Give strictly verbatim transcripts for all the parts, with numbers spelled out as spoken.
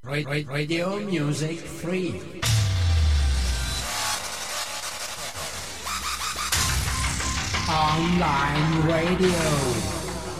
Radio Music Free. Online radio.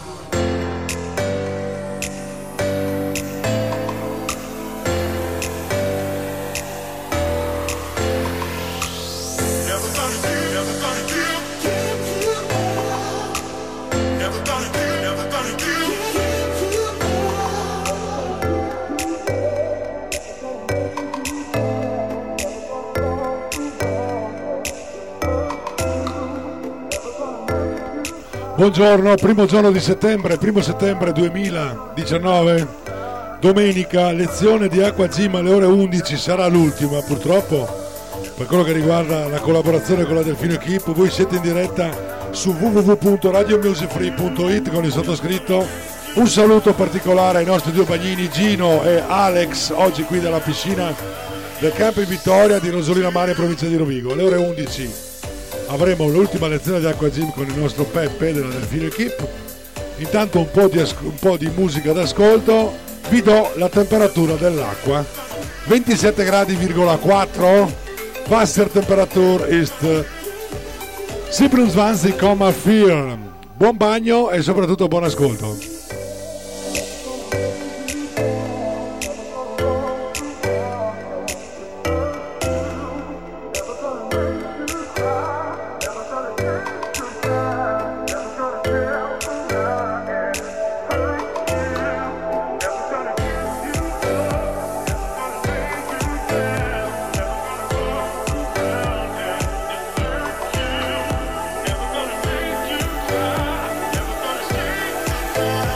Buongiorno, primo giorno di settembre, primo settembre duemiladiciannove, domenica, lezione di Acqua Gym alle ore undici, sarà l'ultima purtroppo, per quello che riguarda la collaborazione con la Delfino Equip. Voi siete in diretta su w w w punto radio music free punto it con il sottoscritto. Un saluto particolare ai nostri due bagnini Gino e Alex, oggi qui dalla piscina del campo in Vittoria di Rosolina Mare, provincia di Rovigo. Alle ore undici avremo l'ultima lezione di Acqua Gym con il nostro Peppe della Delfino Equip. Intanto un po' di, as- un po' di musica d'ascolto. Vi do la temperatura dell'acqua: ventisette gradi virgola quattro. Wassertemperatur ist siebenundzwanzig Komma vier. Buon bagno e soprattutto buon ascolto. Yeah.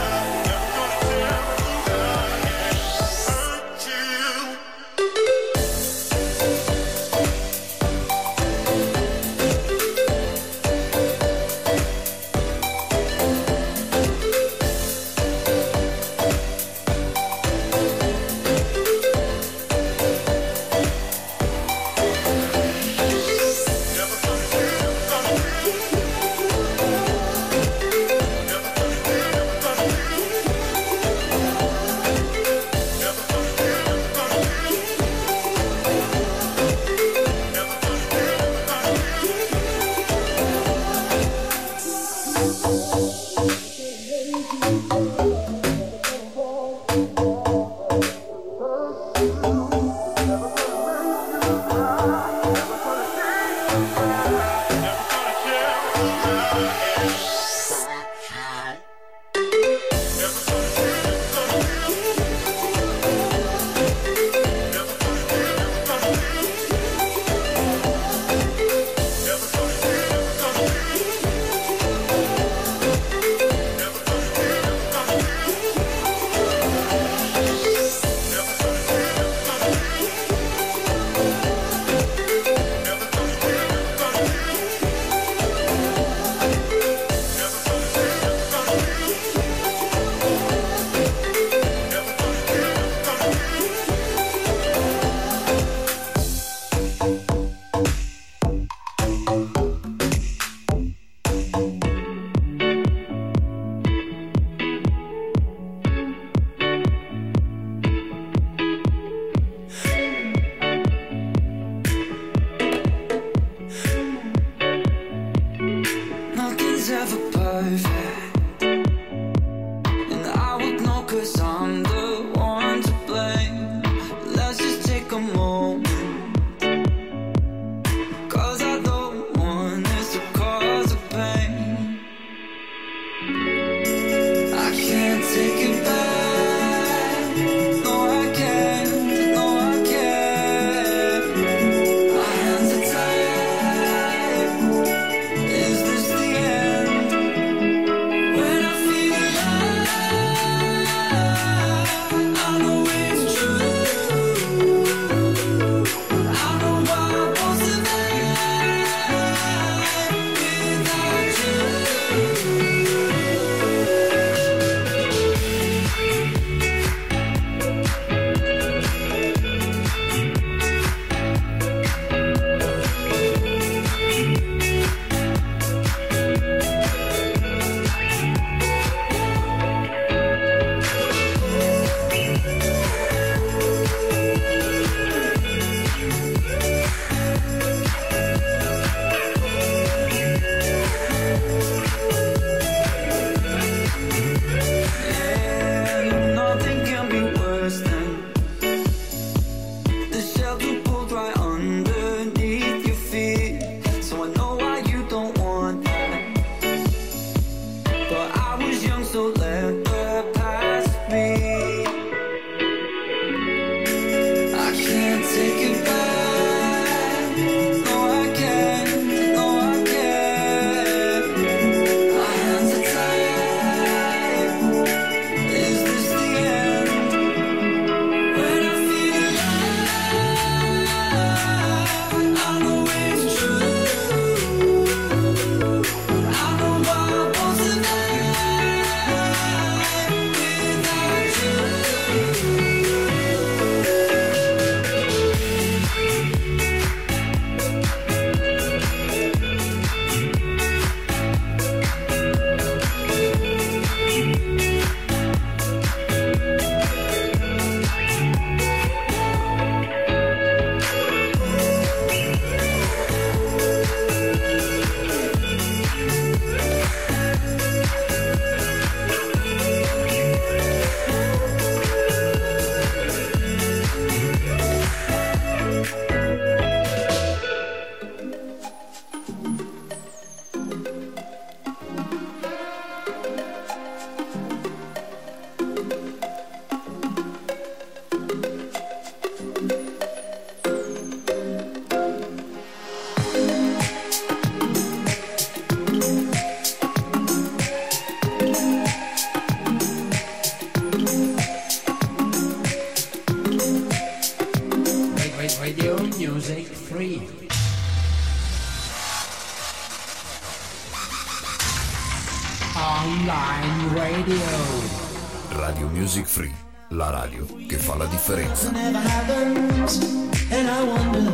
Shine Radio. Radio Music Free, la radio che fa la differenza. Never happens, and I wonder.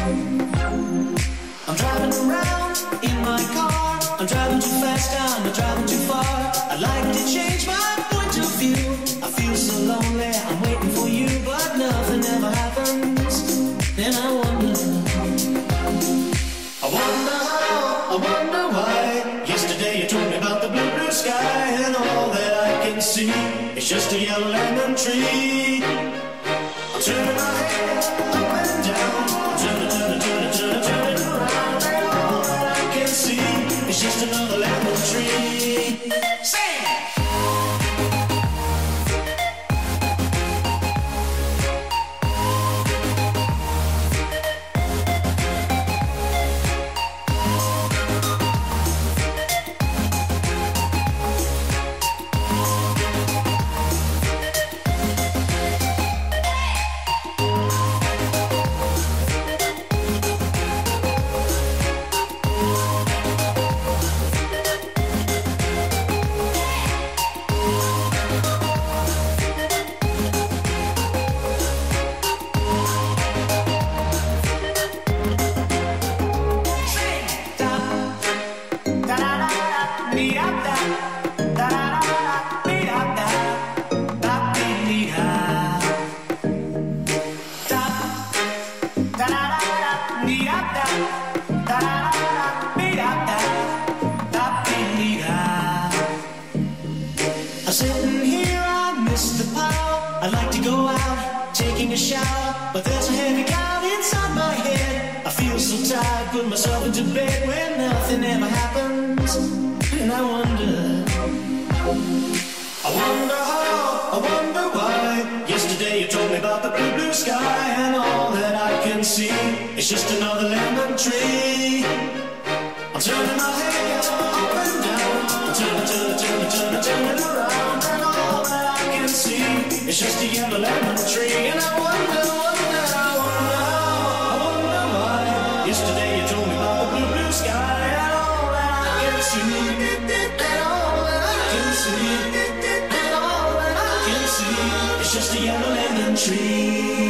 I'm driving around in my car. I'm driving too fast, I'm driving too far. I'd like to change my point of view. I feel so lonely, I'm waiting for you, but nothing ever happens. And I wonder, I wonder how, I wonder why. Yesterday you told me about the blue, blue sky, and all that I can see is just a yellow lemon tree. I'm turning my head up and down, I'm turning, turning, turning, turning, turning around, and all that I can see is just another lemon tree. Sing! It's just another lemon tree. I'm turning my head up and down, I'm turning, turning, turning, turning, turning around, and all that I can see is just a yellow lemon tree. And I wonder, wonder, I wonder how, I wonder why. Yesterday you told me about the blue, blue sky, and all that I can see, and all that I can see, and all that I can see is just a yellow lemon tree.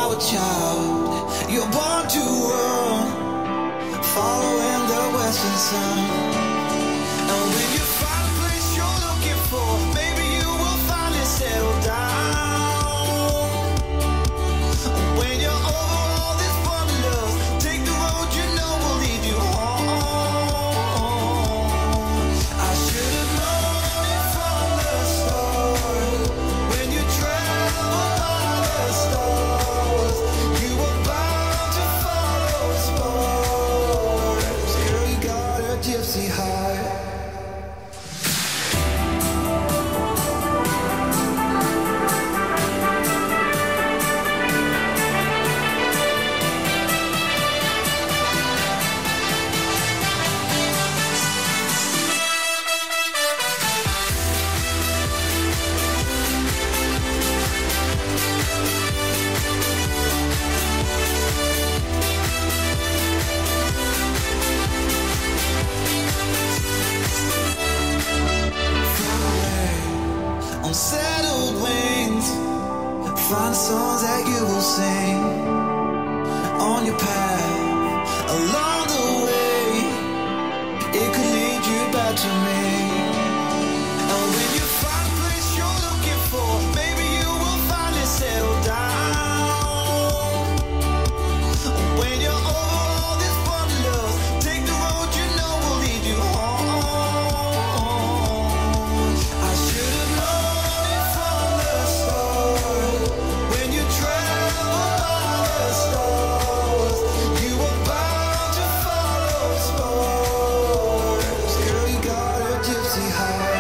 our child. You're born to run, following the western sun. And when you find a place you're looking for, maybe you will finally settle down. When you're over all this fun love, take the road you know will lead you home. I should have known it from the start. When you travel by the stars, you were bound to follow stars. Girl, you got a gypsy heart. Unsettled wings, find songs that you will sing on your path. Along the way, it could lead you back to me. And when you find a place you're looking for, maybe you will finally settle down. When you're over all this fun love, take the road you know will lead you home. I should have known it from the start. When you travel by the stars, you were bound to follow stars. Girl, you got a gypsy heart.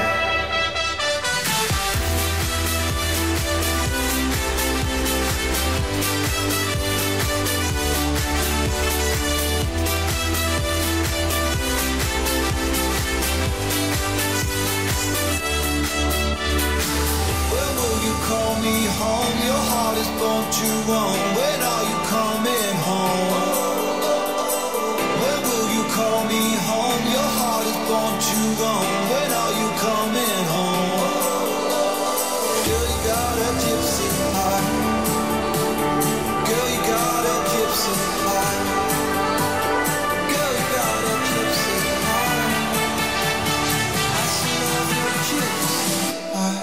When will you call me home? Your heart is born to roam. When are you coming home? When will you call me home? Your heart is born to roam. When are you coming home? Girl, you got a gypsy heart. Girl, you got a gypsy heart. Girl, you got a gypsy heart. I still love your gypsy heart.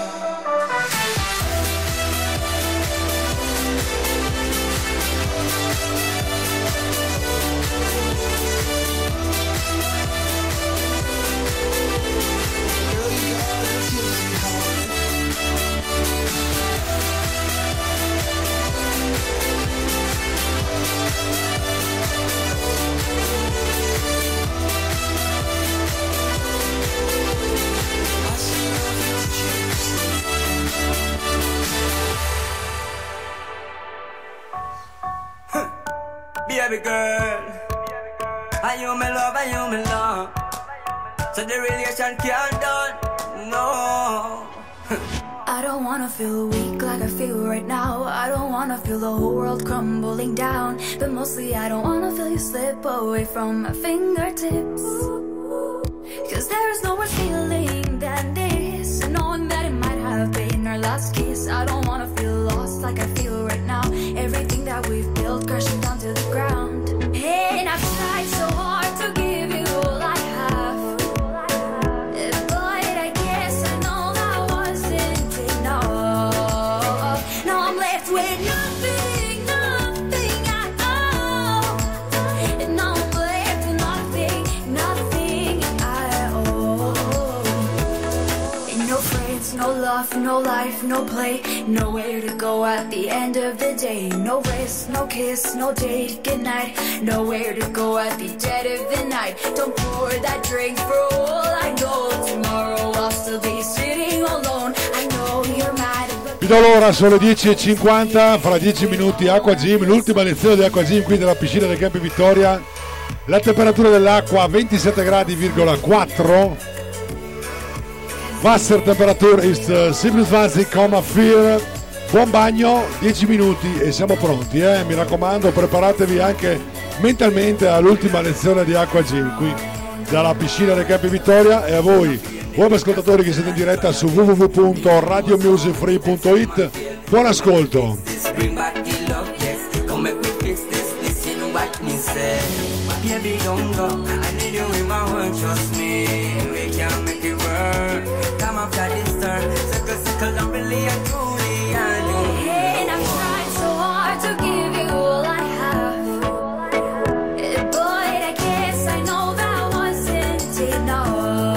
Girl, you got a gypsy heart. I still love your gypsy. Baby girl, are you my love, are you my love? So the relation can't done, no. I don't wanna feel weak like I feel right now. I don't wanna feel the whole world crumbling down. But mostly I don't wanna feel you slip away from my fingertips. Cause there is no worse feeling than this, knowing that it might have been our last kiss. I don't wanna feel lost like I feel right now. Everything that we've built crashing down to the ground. And I've tried so hard to give you all I have, but I guess I know that wasn't enough. Now I'm left with nothing, nothing at all. And now I'm left with nothing, nothing at all. And no friends, no love, no life, no play, nowhere to go at the end of the day. No rest, no kiss, no date, goodnight, nowhere to go at the dead of the night. Don't pour that drink for all I know. Tomorrow I'll still be sitting alone. I know you're mad, but Vi do l'ora, sono le dieci e cinquanta, fra dieci minuti Acqua Gym, l'ultima lezione di Acqua Gym qui della piscina del Campi Vittoria. La temperatura dell'acqua ventisette gradi virgola quattro. Wassertemperatur ist siebenundzwanzig Komma vier. Buon bagno, dieci minuti e siamo pronti, eh? Mi raccomando, preparatevi anche mentalmente all'ultima lezione di Acqua Gym qui dalla piscina del Campi Vittoria. E a voi, buoni ascoltatori che siete in diretta su w w w punto radio music free punto it, buon ascolto. Bring back the love, yes. baby, don't go. I need you in my world, trust me. We can make it work. Come after this turn, circle, circle, don't really and truly, I do. And I've tried so hard to give you all I have, eh, but I guess I know that wasn't enough.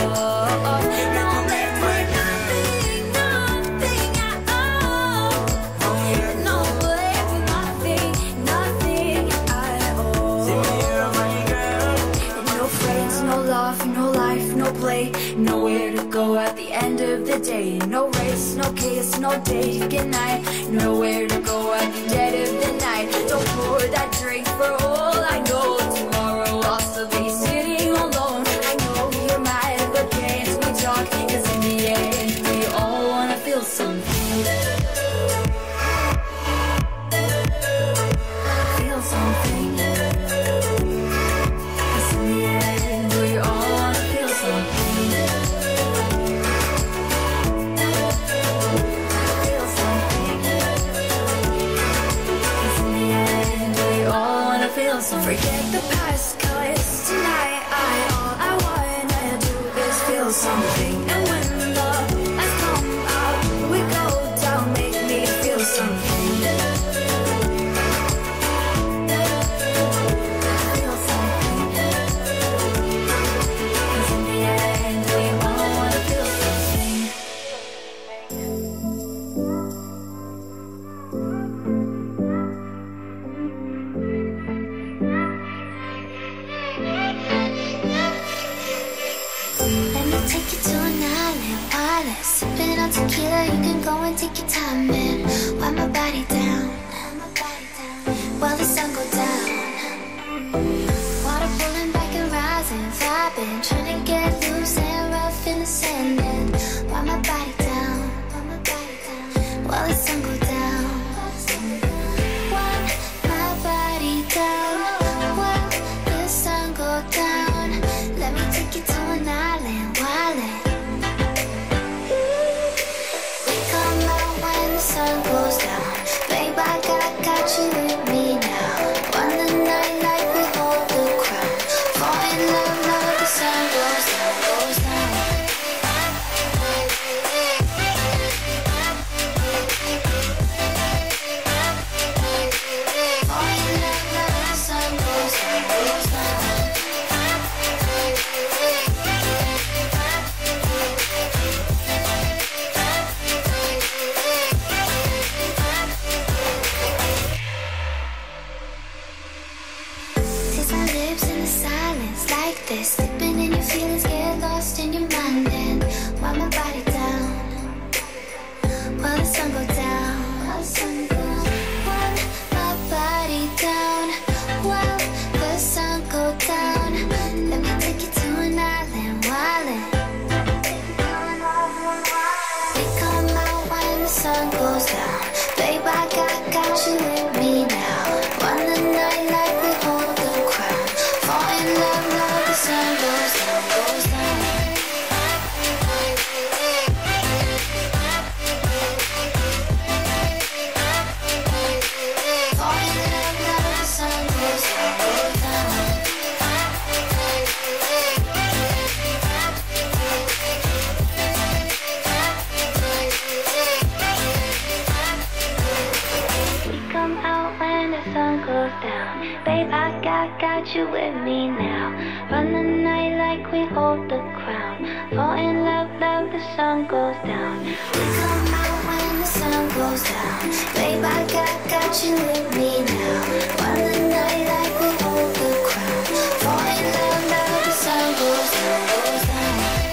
Nowhere to go at the end of the day. No race, no kiss, no date, good night. Nowhere to go at the dead of the night. Don't pour that drink for all I know. Tomorrow I'll still be sitting alone. I know you're mad, but can't we talk? Cause in the end we all wanna feel something. Feel something. Cause in the end we all wanna feel something. Forget the past, cause tonight I, all I wanna do is feel something. And when the lights come out, we go down, make me feel something. Feel something. Cause in the end we all wanna feel something. Sipping on tequila, you can go and take your time, man. Wind my body down while the sun goes down. Water pulling back and rising, vibing, trying to get loose and rough in the sand. And wind my body down while the sun goes down. Wind my body down while the sun goes down. Let me take you to an island, wildin'. The sun goes down, babe, I got, got you with me now. Run the night like we hold the crown. Fall in love, love, the sun goes down, goes down. Fall in love, love, the sun goes down, goes down. Like this, slipping in your feelings, get lost in your mind, and wind my body down while the sun goes down. While the sun goes, wind my body down while the sun goes down. Let me take you to an island, wildin'. We come out when the sun goes down, babe, I got, got you with me now. Run the night like we hold the crown. Fall in love, love, the sun goes down, goes down. Fall in love, love, the sun goes down, goes down. We come out when the sun goes down, babe, I got, got you with me now. Run the night like we hold the crown. Fall in love, love, the sun goes down. We come out when the sun goes down, babe, I got, got you with me now. Run the night like we hold the crown. Fall in love, love, the sun goes down, goes down.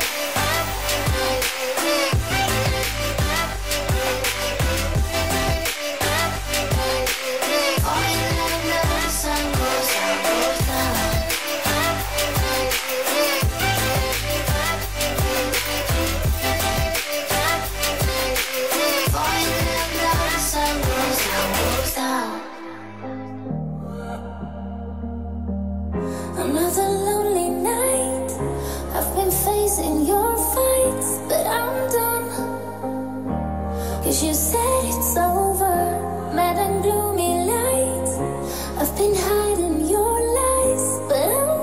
Another lonely night. I've been facing your fights, but I'm done. Cause you said it's over, mad and gloomy lights. I've been hiding your lies, but I'm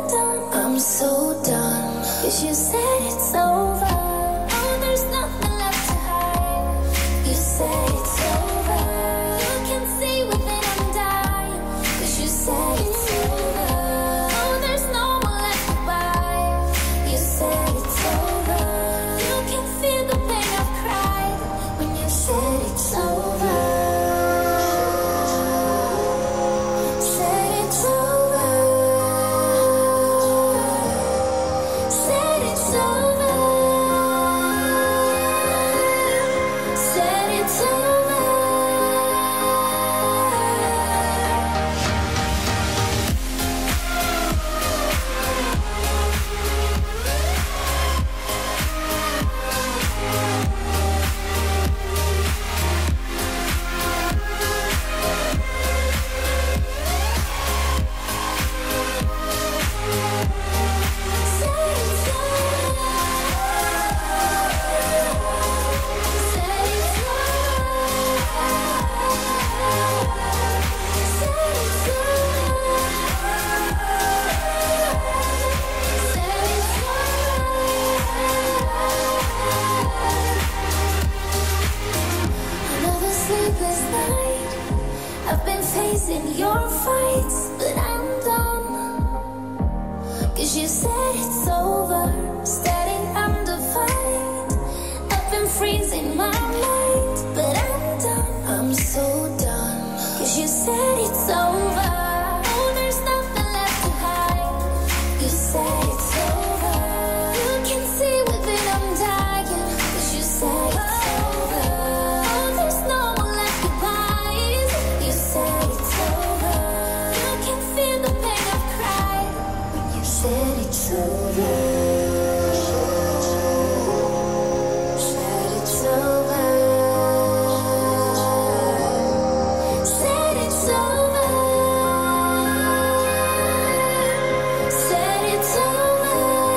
facing your fights, but I'm done. Cause you said it's over, standing under fight. I've been freezing my mind, but I'm done. I'm so done. Cause you said it's over. Oh, there's nothing left to hide. You said it's over. You can see within I'm dying. Cause you said it's over. Oh, there's no more left goodbyes. You said it's over. You can feel the pain I've cried. You said it's over. Said it's over. Said it's over. Said it's over.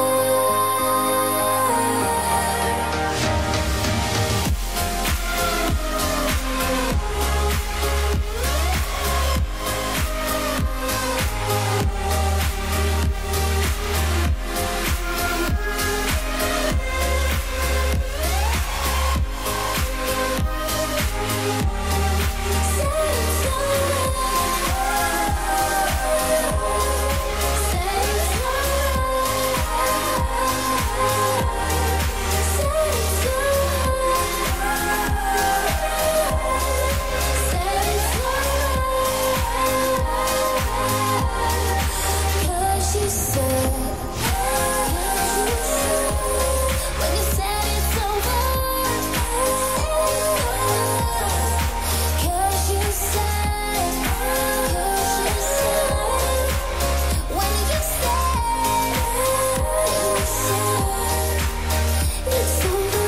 Cause you said, when you said it's over. Cause you said, cause you said, when you said, you said, it's over.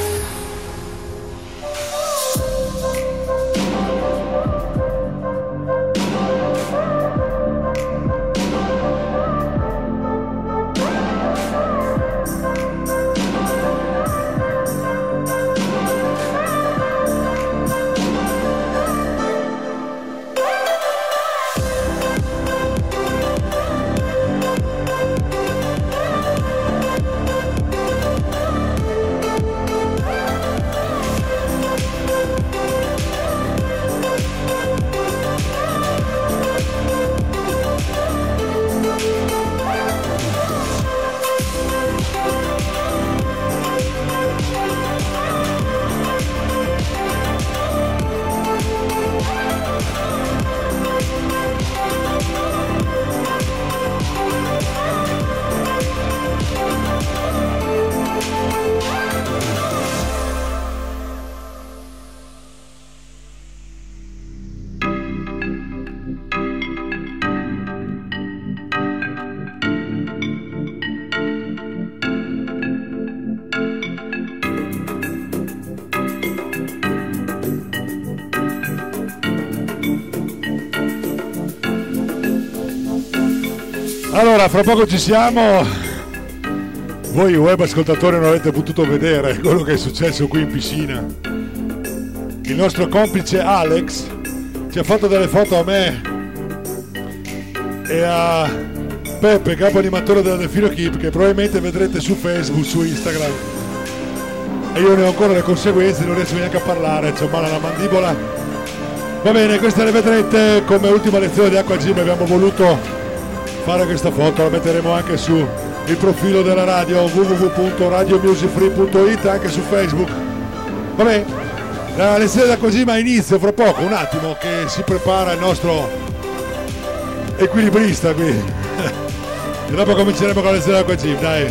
Allora, fra poco ci siamo. Voi web ascoltatori non avete potuto vedere quello che è successo qui in piscina. Il nostro complice Alex ci ha fatto delle foto a me e a Peppe, capo animatore della Delfino Keep, che probabilmente vedrete su Facebook, su Instagram. E io ne ho ancora le conseguenze, non riesco neanche a parlare, c'ho male alla mandibola. Va bene, queste le vedrete come ultima lezione di Acqua Gym. Abbiamo voluto fare questa foto, la metteremo anche su il profilo della radio w w w punto radio music free punto it, anche su Facebook. Vabbè, la lezione da così ma inizio fra poco, un attimo che si prepara il nostro equilibrista qui. E dopo cominceremo con la lezione da così, dai.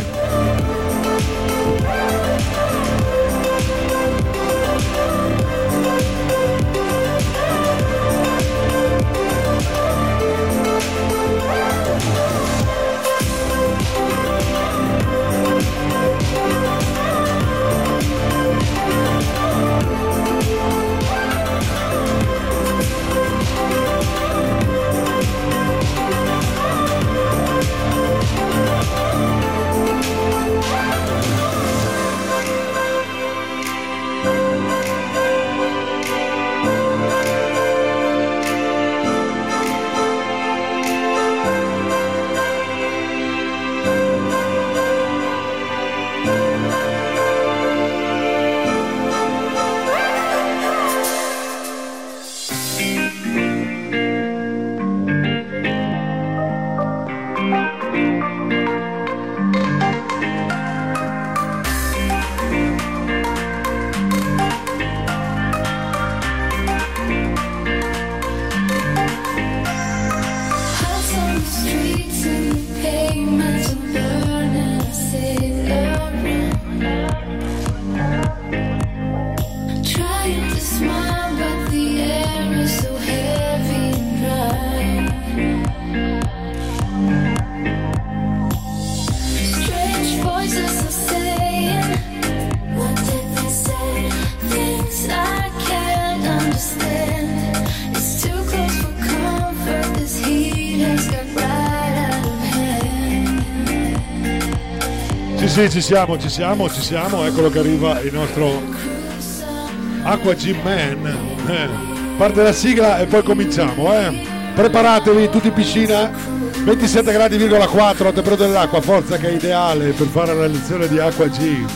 sì, ci siamo, ci siamo, ci siamo. Eccolo che arriva il nostro Aqua Gym Man. Eh, parte la sigla e poi cominciamo, eh. Preparatevi, tutti in piscina. ventisette gradi virgola quattro, la temperatura dell'acqua, forza che è ideale per fare la lezione di Aqua G.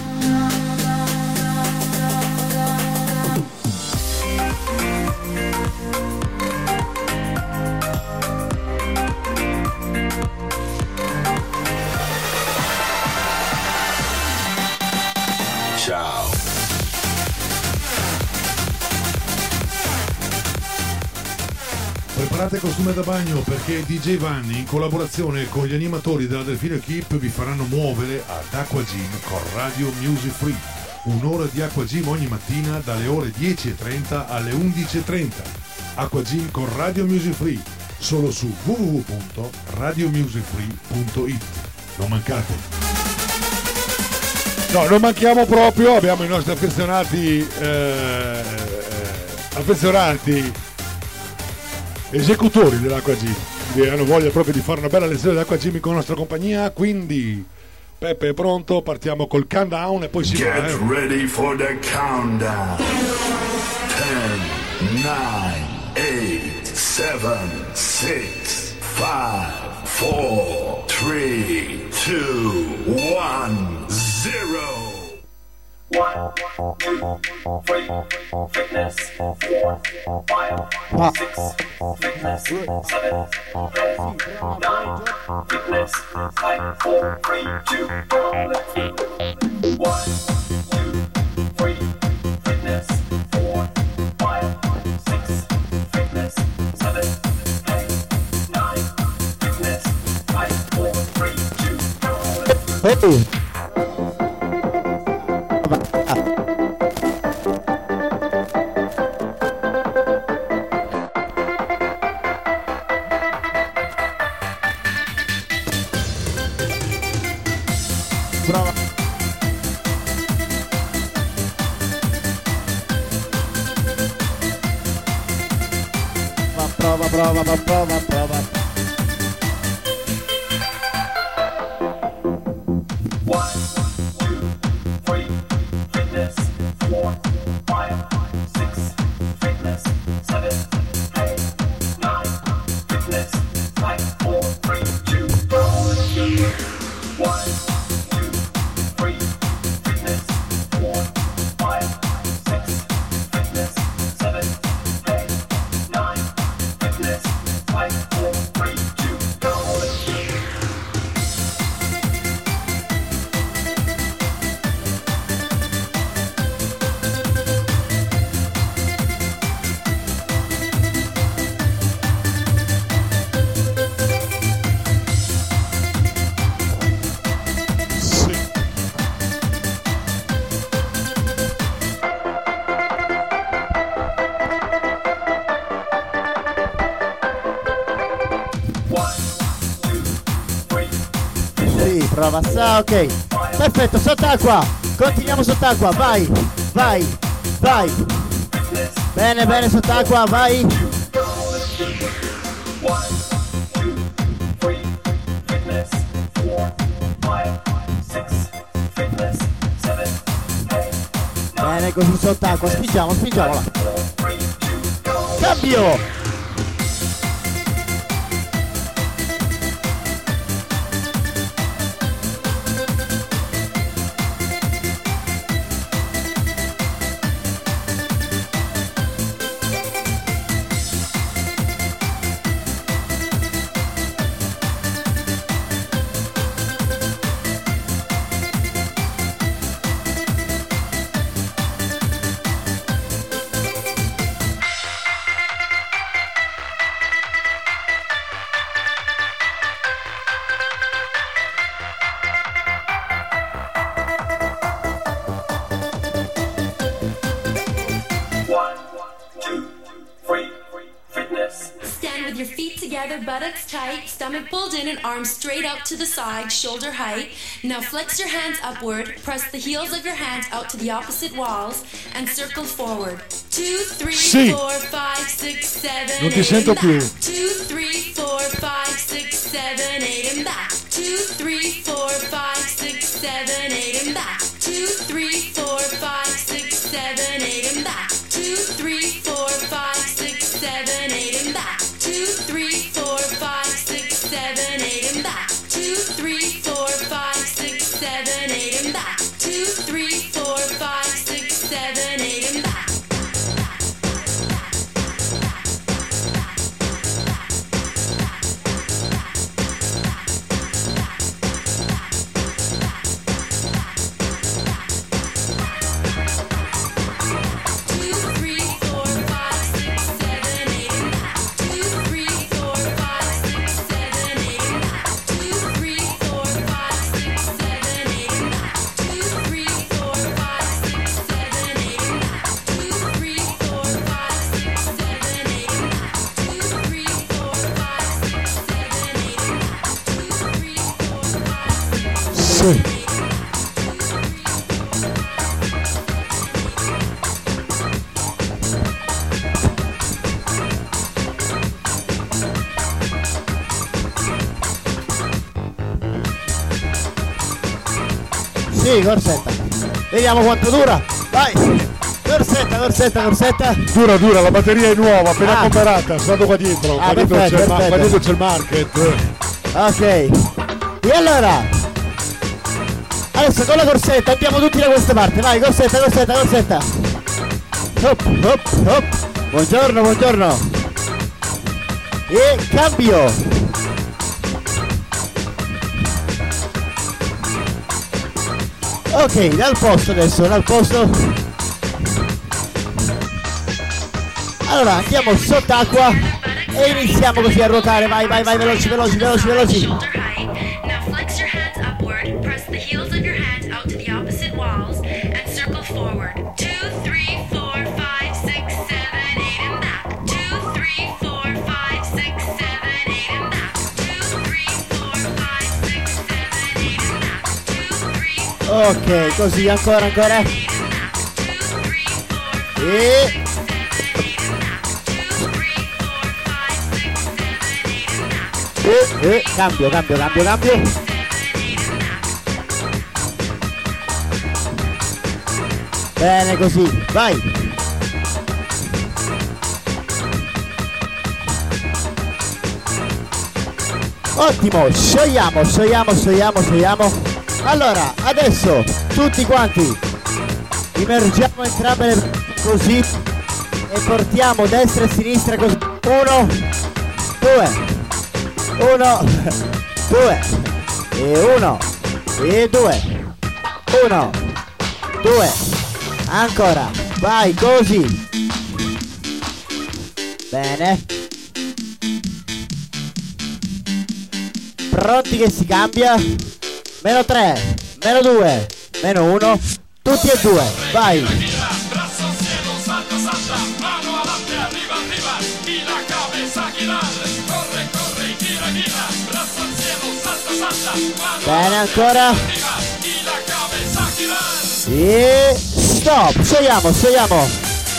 Preparate costume da bagno perché D J Vanni in collaborazione con gli animatori della Delfino Equipe vi faranno muovere ad Aqua Gym con Radio Music Free. Un'ora di Aqua Gym ogni mattina dalle ore dieci e trenta alle undici e trenta. Aqua Gym con Radio Music Free solo su w w w punto radio music free punto it. Non mancate. No, non manchiamo proprio, abbiamo i nostri affezionati eh, affezionati esecutori dell'Aqua Gym che hanno voglia proprio di fare una bella lezione dell'Aqua Gym con la nostra compagnia. Quindi Peppe è pronto, partiamo col countdown e poi si va. Get eh. ready for the countdown. ten, nine, eight, seven, six, five, four, three, two, one, zero. One, two, three, fitness, four, five, six, fitness, seven, eight, nine, fitness, five, four, three, two, one, one, two, three, fitness, four, five, six, fitness, seven, eight, nine, fitness, five, four, three, two, one. Prova, prova, prova, prova, prova. One, two, three, fitness, four, five, six, fitness, seven, eight, nine, fitness, five, four, three, two, one, two, three, fitness, four, five, six, fitness, seven, eight, nine, fitness, five, four, three, two, Prova, sa, ok, perfetto, sott'acqua, continuiamo sott'acqua, vai, vai, vai, bene, bene, sott'acqua, vai. Bene, così sott'acqua, spingiamo, spingiamola. Cambio! Buttocks tight, stomach pulled in and arms straight out to the side, shoulder height. Now flex your hands upward, press the heels of your hands out to the opposite walls and circle forward. Two, three, sì. four, five, six, seven, Non ti sento più. Two, three, four, five, six, seven, eight, and back. Two, three, four, five, six, seven, Sì. Sì, corsetta. Vediamo quanto dura. Vai. Corsetta, corsetta, corsetta. Dura, dura, la batteria è nuova, appena Ah. comprata, sono andato qua dietro. Ah, qua, dietro perfetto, c'è il ma- perfetto. qua dietro c'è il market. Ok. E allora? Adesso con la corsetta andiamo tutti da questa parte. Vai, corsetta, corsetta, corsetta. Hop, hop, hop. Buongiorno, buongiorno. E cambio. Ok, dal posto adesso, dal posto. Allora andiamo sott'acqua e iniziamo così a ruotare. Vai, vai, vai, veloci, veloci, veloci, veloci. Now flex your hands upward, press the heels of your hands out to the opposite walls, and circle forward. Two, three, four, five, six, seven, eight, and back. Two, three, four, five, six, seven, eight, and back. Two, three, four, five, six, seven, eight, and back. Two, three, Ok, così, ancora, ancora. E... E, e, cambio, cambio, cambio, cambio. Bene così, vai. Ottimo, sciogliamo, sciogliamo, sciogliamo, sciogliamo. Allora, adesso tutti quanti immergiamo entrambe le braccia così e portiamo destra e sinistra così. Uno, due, uno, due, e uno, e due, uno, due, ancora, vai così. Bene. Pronti che si cambia? Meno tre, meno due, meno uno, tutti e due, vai! Bene, ancora! E stop, sciogliamo, sciogliamo!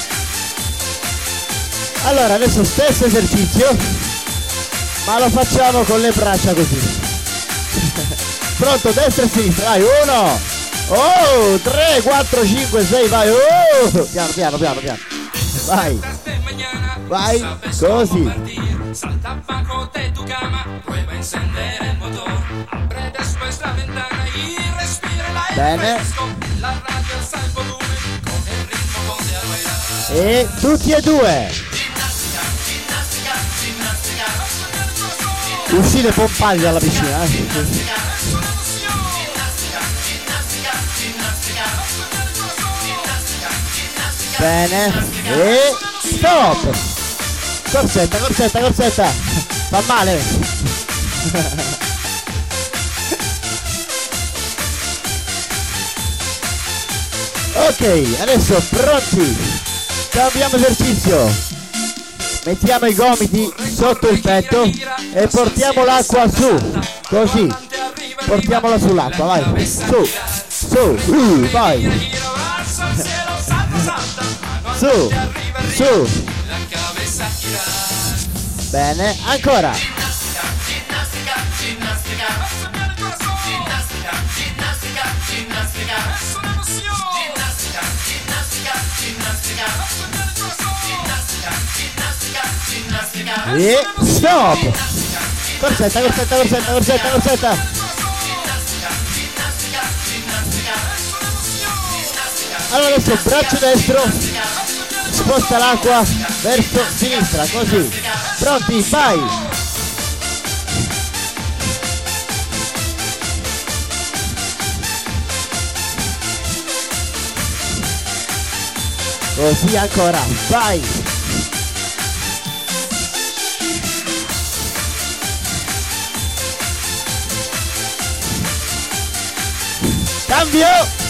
Allora, adesso stesso esercizio, ma lo facciamo con le braccia così. Pronto, destra e sinistra, vai, uno, oh, tre, quattro, cinque, sei, vai, oh, piano, piano, piano, piano, vai, vai, così, Salta bajo de tu cama, prueba a encender el motor, abre después la ventana y respira el aire bene, fresco, la radio alza il volume, con el ritmo ponte a bailar. e tutti e due, Ginnastica, ginnastica, ginnastica, uscite pompati dalla piscina, eh. Bene, e stop! Corsetta, corsetta, corsetta! Fa male! Ok, adesso pronti! Cambiamo esercizio! Mettiamo i gomiti sotto il petto e portiamo l'acqua su! Così! Portiamola sull'acqua, vai! Su! Su! Uh, vai! Su! Su! Bene, ancora! E stop! Corsetta, corsetta, corsetta, corsetta, corsetta! Allora adesso braccio destro, sposta l'acqua verso sinistra, così. Pronti, vai! Così ancora, vai! Cambio!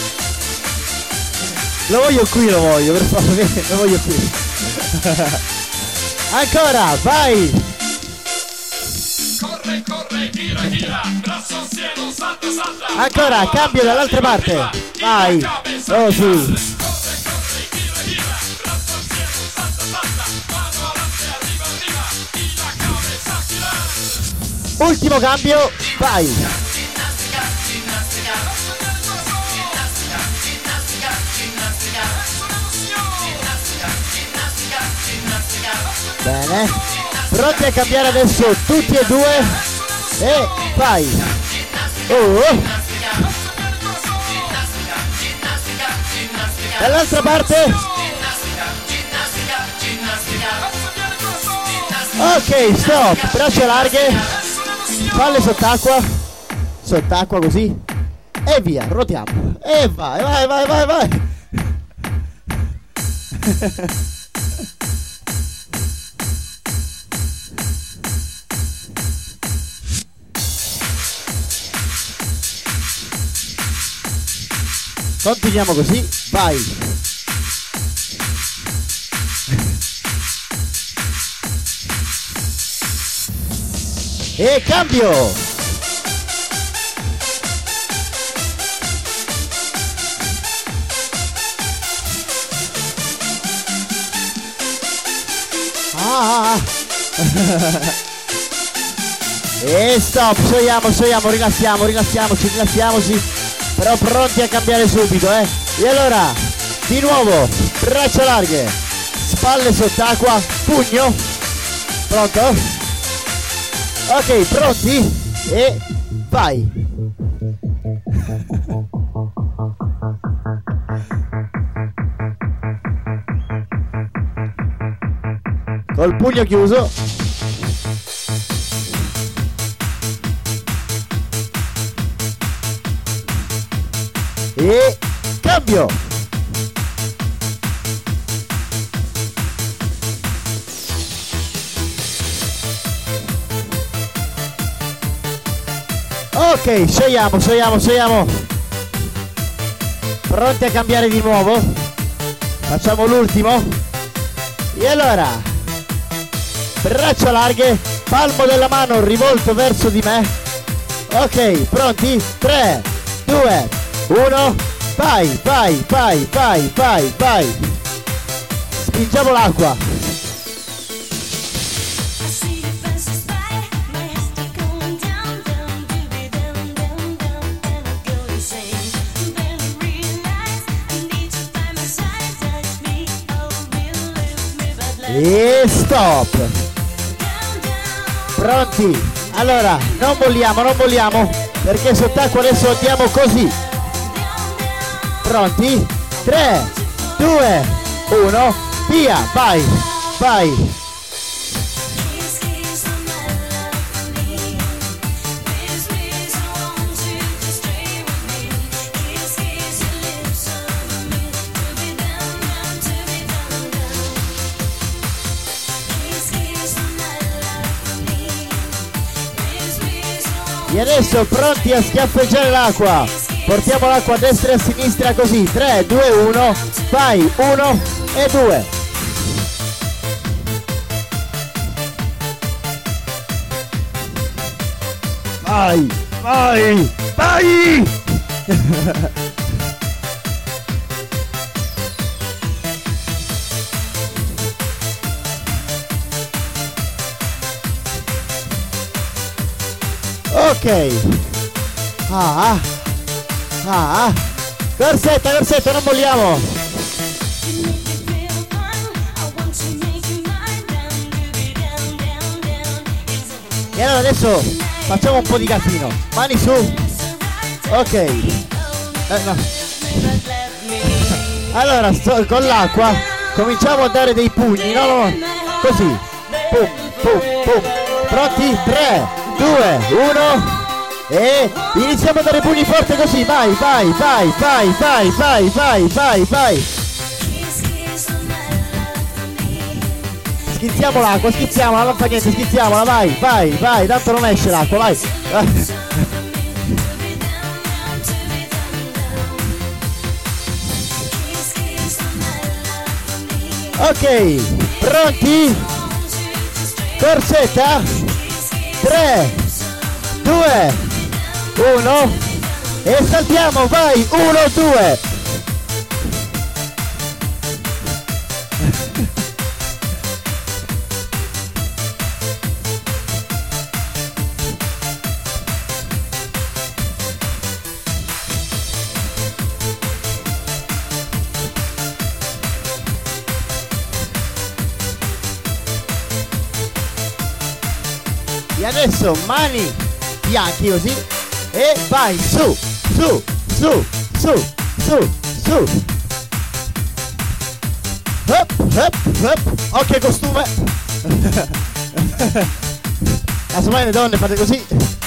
Lo voglio qui, lo voglio, per favore, lo voglio qui. Ancora, vai! Ancora, cambio dall'altra parte. Vai. Oh sì. Ultimo cambio, vai. Bene, pronti a cambiare adesso tutti e due e vai. Oh. Dall'altra parte. Ok, stop, braccia larghe, spalle sott'acqua, sott'acqua così e via, ruotiamo e vai, vai, vai, vai, vai. Continuiamo così, vai. E cambio. Ah. E stop, soiamo, soiamo, rilassiamo, rilassiamoci, rilassiamoci. Però pronti a cambiare subito, eh. E allora, di nuovo, braccia larghe, spalle sott'acqua, pugno. Pronto? Ok, pronti? E vai! Col pugno chiuso. E cambio! Ok, sciogliamo, sciogliamo, sciogliamo. Pronti a cambiare di nuovo? Facciamo l'ultimo. E allora, braccia larghe, palmo della mano rivolto verso di me. Ok, pronti? tre, due, uno, vai, vai, vai, vai, vai, vai. Spingiamo l'acqua. E stop. Pronti? Allora, non molliamo, non molliamo, perché sott'acqua adesso andiamo così. Pronti? tre, due, uno, via, vai, vai. E adesso pronti a schiaffeggiare l'acqua. Portiamo l'acqua a destra e a sinistra così. tre, due, uno, vai, uno e due. Vai, vai, vai! Ok. Ah, ah, corsetta, corsetta, non molliamo. E allora adesso facciamo un po' di casino. Mani su. Ok. Eh, no. Allora sto, con l'acqua cominciamo a dare dei pugni, no, no, così. Pum, pum, pum. Pronti? tre, due, uno. E iniziamo a dare pugni forte così, vai, vai, vai, vai, vai, vai, vai, vai, vai. Schizziamo l'acqua, schizziamola, non fa niente, schizziamola, vai, vai, vai, tanto non esce l'acqua, vai. Ok, pronti? Corsetta? tre, due, uno e saltiamo, vai, uno, due. E adesso mani bianchi così e vai su, su, su, su, su, su. Hop, hop, hop. Ok, costume. Casomai le donne fate così.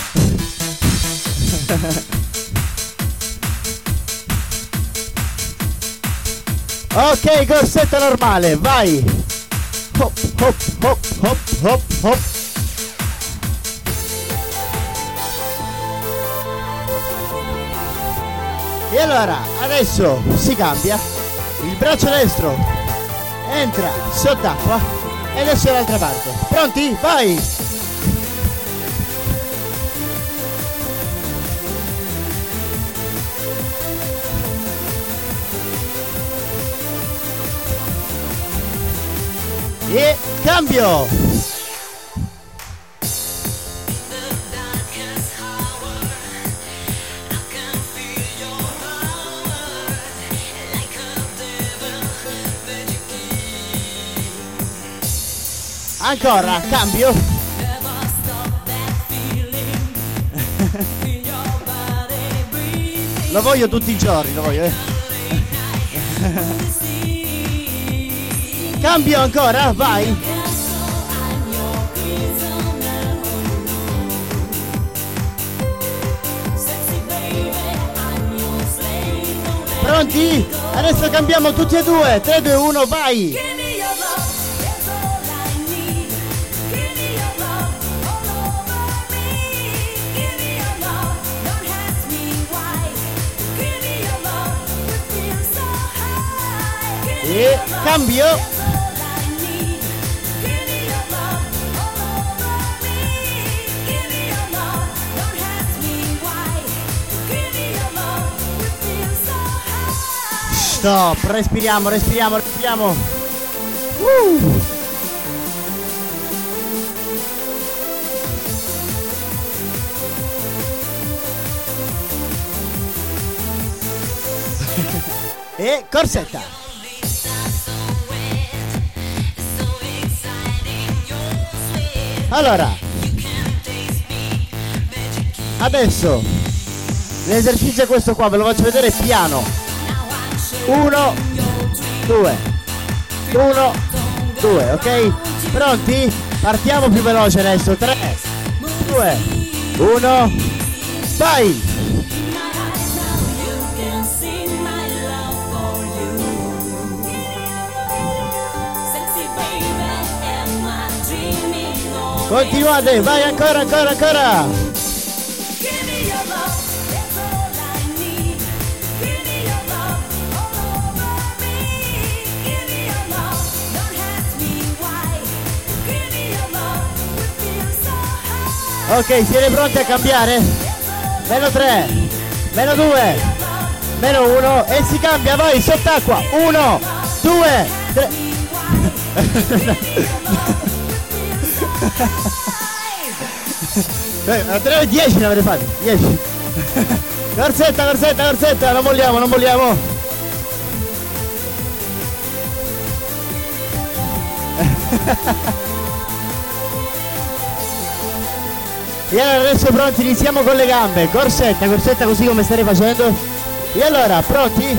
Ok, corsetta normale, vai. Hop, hop, hop, hop, hop, hop. E allora, adesso si cambia, il braccio destro entra sott'acqua e adesso dall'altra parte. Pronti? Vai! E cambio! Ancora, cambio. Lo voglio tutti i giorni, lo voglio, eh. Cambio ancora, vai. Pronti? Adesso cambiamo tutti e due. tre, due, uno, vai. E cambio. Stop, respiriamo, respiriamo, respiriamo. Uh. E corsetta. Allora, adesso l'esercizio è questo qua, ve lo faccio vedere piano. Uno, due, uno, due, ok? Pronti? Partiamo più veloce adesso. tre, due, uno, vai! Continuate, vai ancora, ancora, ancora! Ok, siete pronti a cambiare? Meno tre, meno due, meno uno e si cambia, vai, sott'acqua! uno, due, tre... a tre e dieci ne avrei fatti, dieci. Corsetta, corsetta, corsetta, non molliamo, non molliamo. E allora adesso pronti, iniziamo con le gambe. Corsetta, corsetta così come starei facendo. E allora, pronti?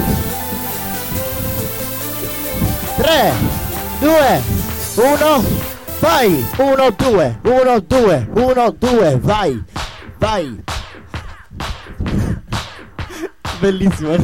tre, due, uno, vai! uno, due, uno, due, uno, due, vai! Vai! Bellissimo!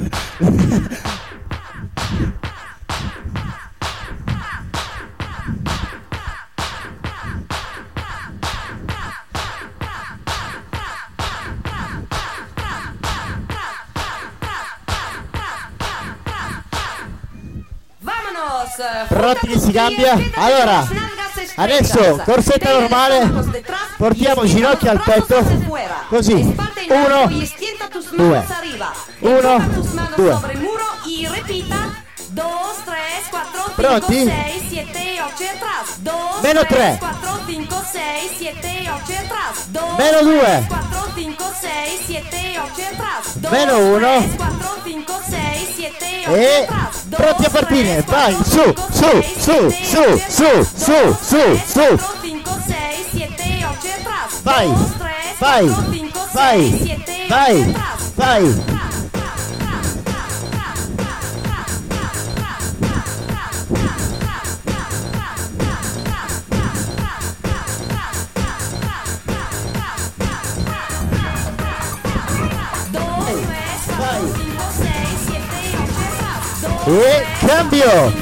Pronti che si cambia? Allora, adesso corsetta normale, Portiamo ginocchia al petto. Così. Uno, due. Uno, due. Sobre el muro y repita. dos, tres, cuatro, cinco, Pronti? seis, siete, ocho atrás. dos, Meno tre. cuatro, cinco, seis, siete, ocho atrás. dos, Meno due. cuatro, cinco, seis, siete, ocho atrás. dos, Meno uno. cuatro, cinco, seis, siete, ocho E atrás. pronti a partire. Vai, su, su, su, su, su, su, su, su. cinco, seis, siete, ocho atrás. Vai, dos, tres, vai, cuatro, cinco, vai, seis, siete, vai, ocho atrás. vai. E cambio.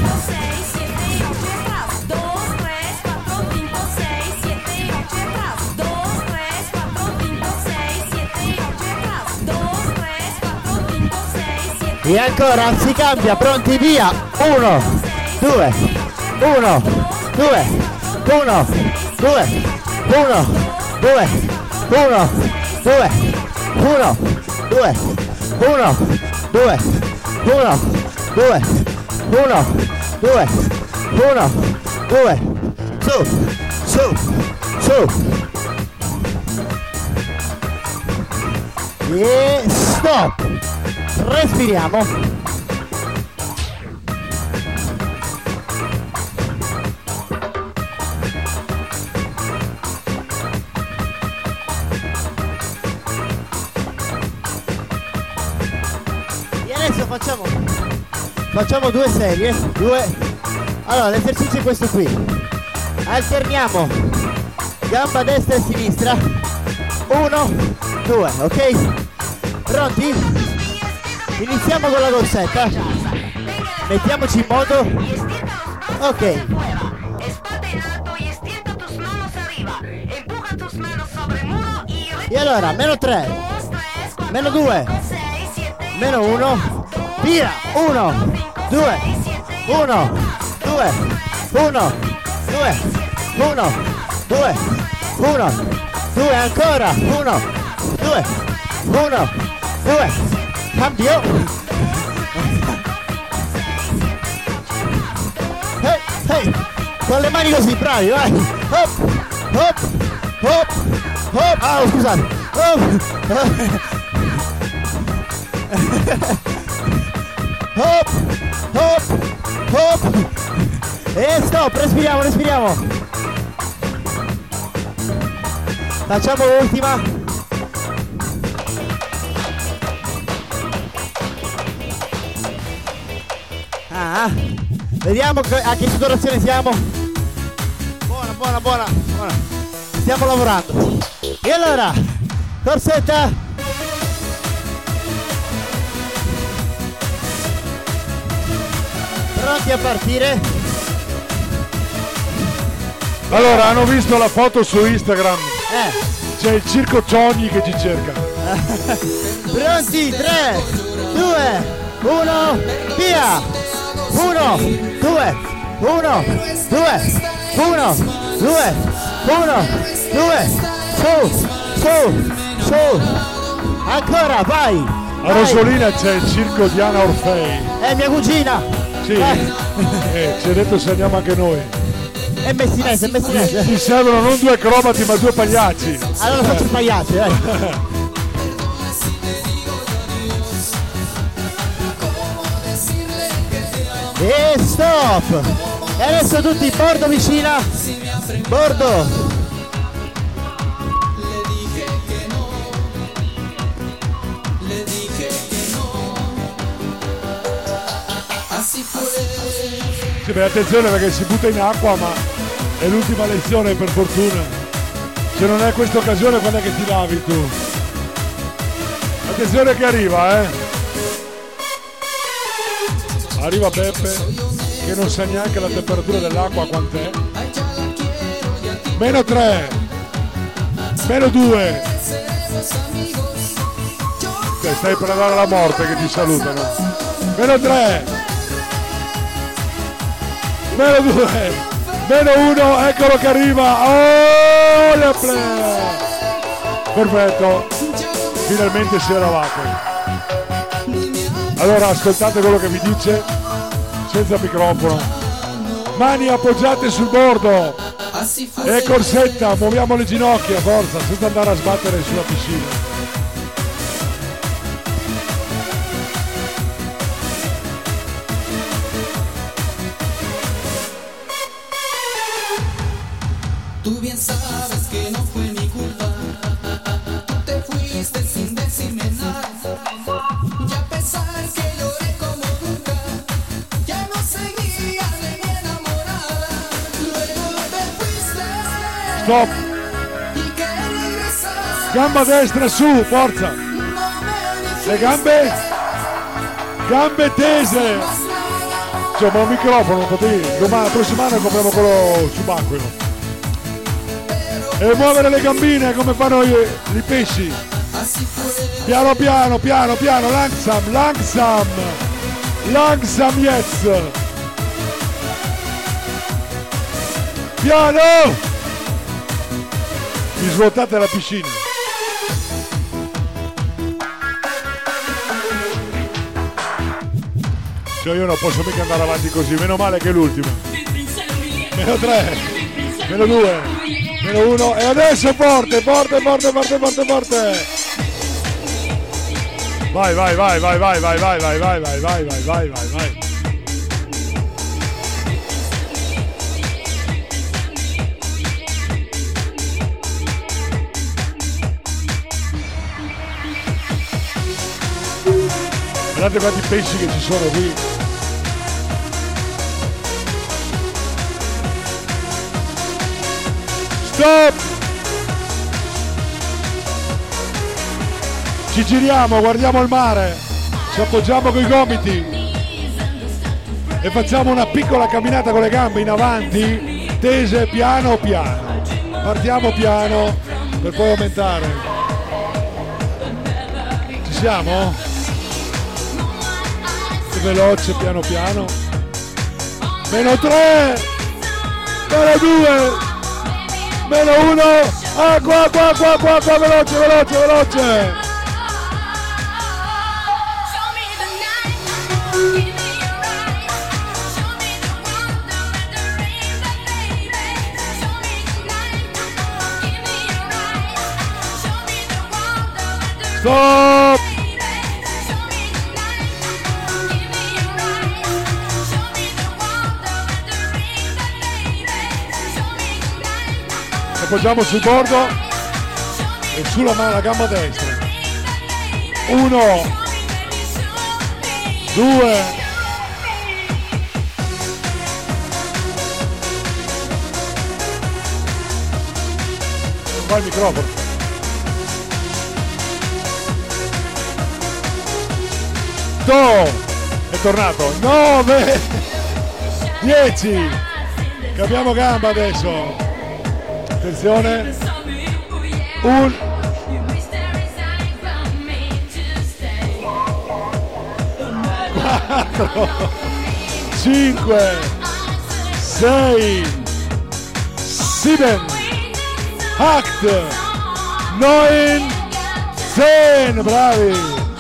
E ancora si cambia, pronti via. Uno, due, uno, due, uno, due, uno, due, uno, due, uno, due, uno, due, uno, due, uno, due, uno, due, su, su, su. E stop. Respiriamo. E adesso facciamo facciamo due serie, due. Allora, l'esercizio è questo qui. Alterniamo gamba destra e sinistra. Uno, due, ok? Pronti? Iniziamo con la corsetta. Mettiamoci in moto. Ok. E allora, meno tre, meno due, meno uno, via, uno, due, uno, due, uno, due, uno, due, uno, due, ancora, uno, due, uno, due, cambio. Hey, hey, con le mani così, bravi, vai, hop, hop, hop, hop, ah, oh, scusate, hop, hop, hop, hop, e stop, respiriamo, respiriamo. Facciamo l'ultima. Ah, vediamo a che situazione siamo. Buona, buona, buona, buona. Stiamo lavorando. E allora, corsetta. Pronti a partire? Allora, hanno visto la foto su Instagram. Eh. C'è il circo Ciogni che ci cerca. Pronti? tre, due, uno, via! uno, due, uno, due, uno, due, uno, due, su, su, su, ancora, vai! A Rosolina c'è il circo Diana Orfei. È mia cugina! Sì, eh, ci ha detto se andiamo anche noi. È messinese, è messinese. Ti servono non due acrobati ma due pagliacci. Allora faccio il pagliaccio, dai. E stop! E adesso tutti bordo vicina! Bordo! Sì, beh, attenzione perché si butta in acqua, ma è l'ultima lezione per fortuna. Se non è questa occasione, quando è che ti lavi tu? Attenzione che arriva, eh! Arriva Beppe che non sa neanche la temperatura dell'acqua quant'è. Meno tre, meno due. Okay, stai per andare alla morte che ti salutano. Meno tre, meno due, Meno uno, eccolo che arriva. Oh, le play. Perfetto. Finalmente si eravate. Allora ascoltate quello che vi dice senza microfono. Mani appoggiate sul bordo e corsetta, muoviamo le ginocchia, forza, senza andare a sbattere sulla piscina. Tú bien sabes que no fue mi culpa. Tú te fuiste sin decirme nada. Y a pesar que lloré como nunca, ya no seguía de mi enamorada. Luego te fuiste. Stop. Y que regresaste. Gamba destra su, forza. Le gambe. Gambe tese. Insomma un microfono, potevi. Domani, la prossima anno compriamo quello subacqueo. E muovere le gambine come fanno i, i pesci. Piano piano, piano, piano, langsam, langsam. Langsam, yes. Piano. Vi svuotate la piscina. Cioè io non posso mica andare avanti così, meno male che è l'ultima. Meno tre, meno due. Meno uno e adesso forte, forte, forte, forte, forte, forte. Vai, vai, vai, vai, vai, vai, vai, vai, vai, vai, vai, vai, vai, vai, vai. Guardate quanti pesci che ci sono qui. Stop! Ci giriamo, guardiamo il mare, ci appoggiamo coi gomiti e facciamo una piccola camminata con le gambe in avanti, tese piano piano. Partiamo piano per poi aumentare. Ci siamo? Più veloce, piano piano. Meno tre, meno due. Meno uno, ah qua, qua, qua, qua, qua, veloce, veloce, veloce. Stop! Appoggiamo sul bordo e sulla mano la gamba destra. Uno, due, qua il microfono. Do, è tornato. Nove, dieci. Cambiamo gamba adesso. Attenzione, un, quattro, cinque, sei, sieben, acht, neun, zehn, bravi.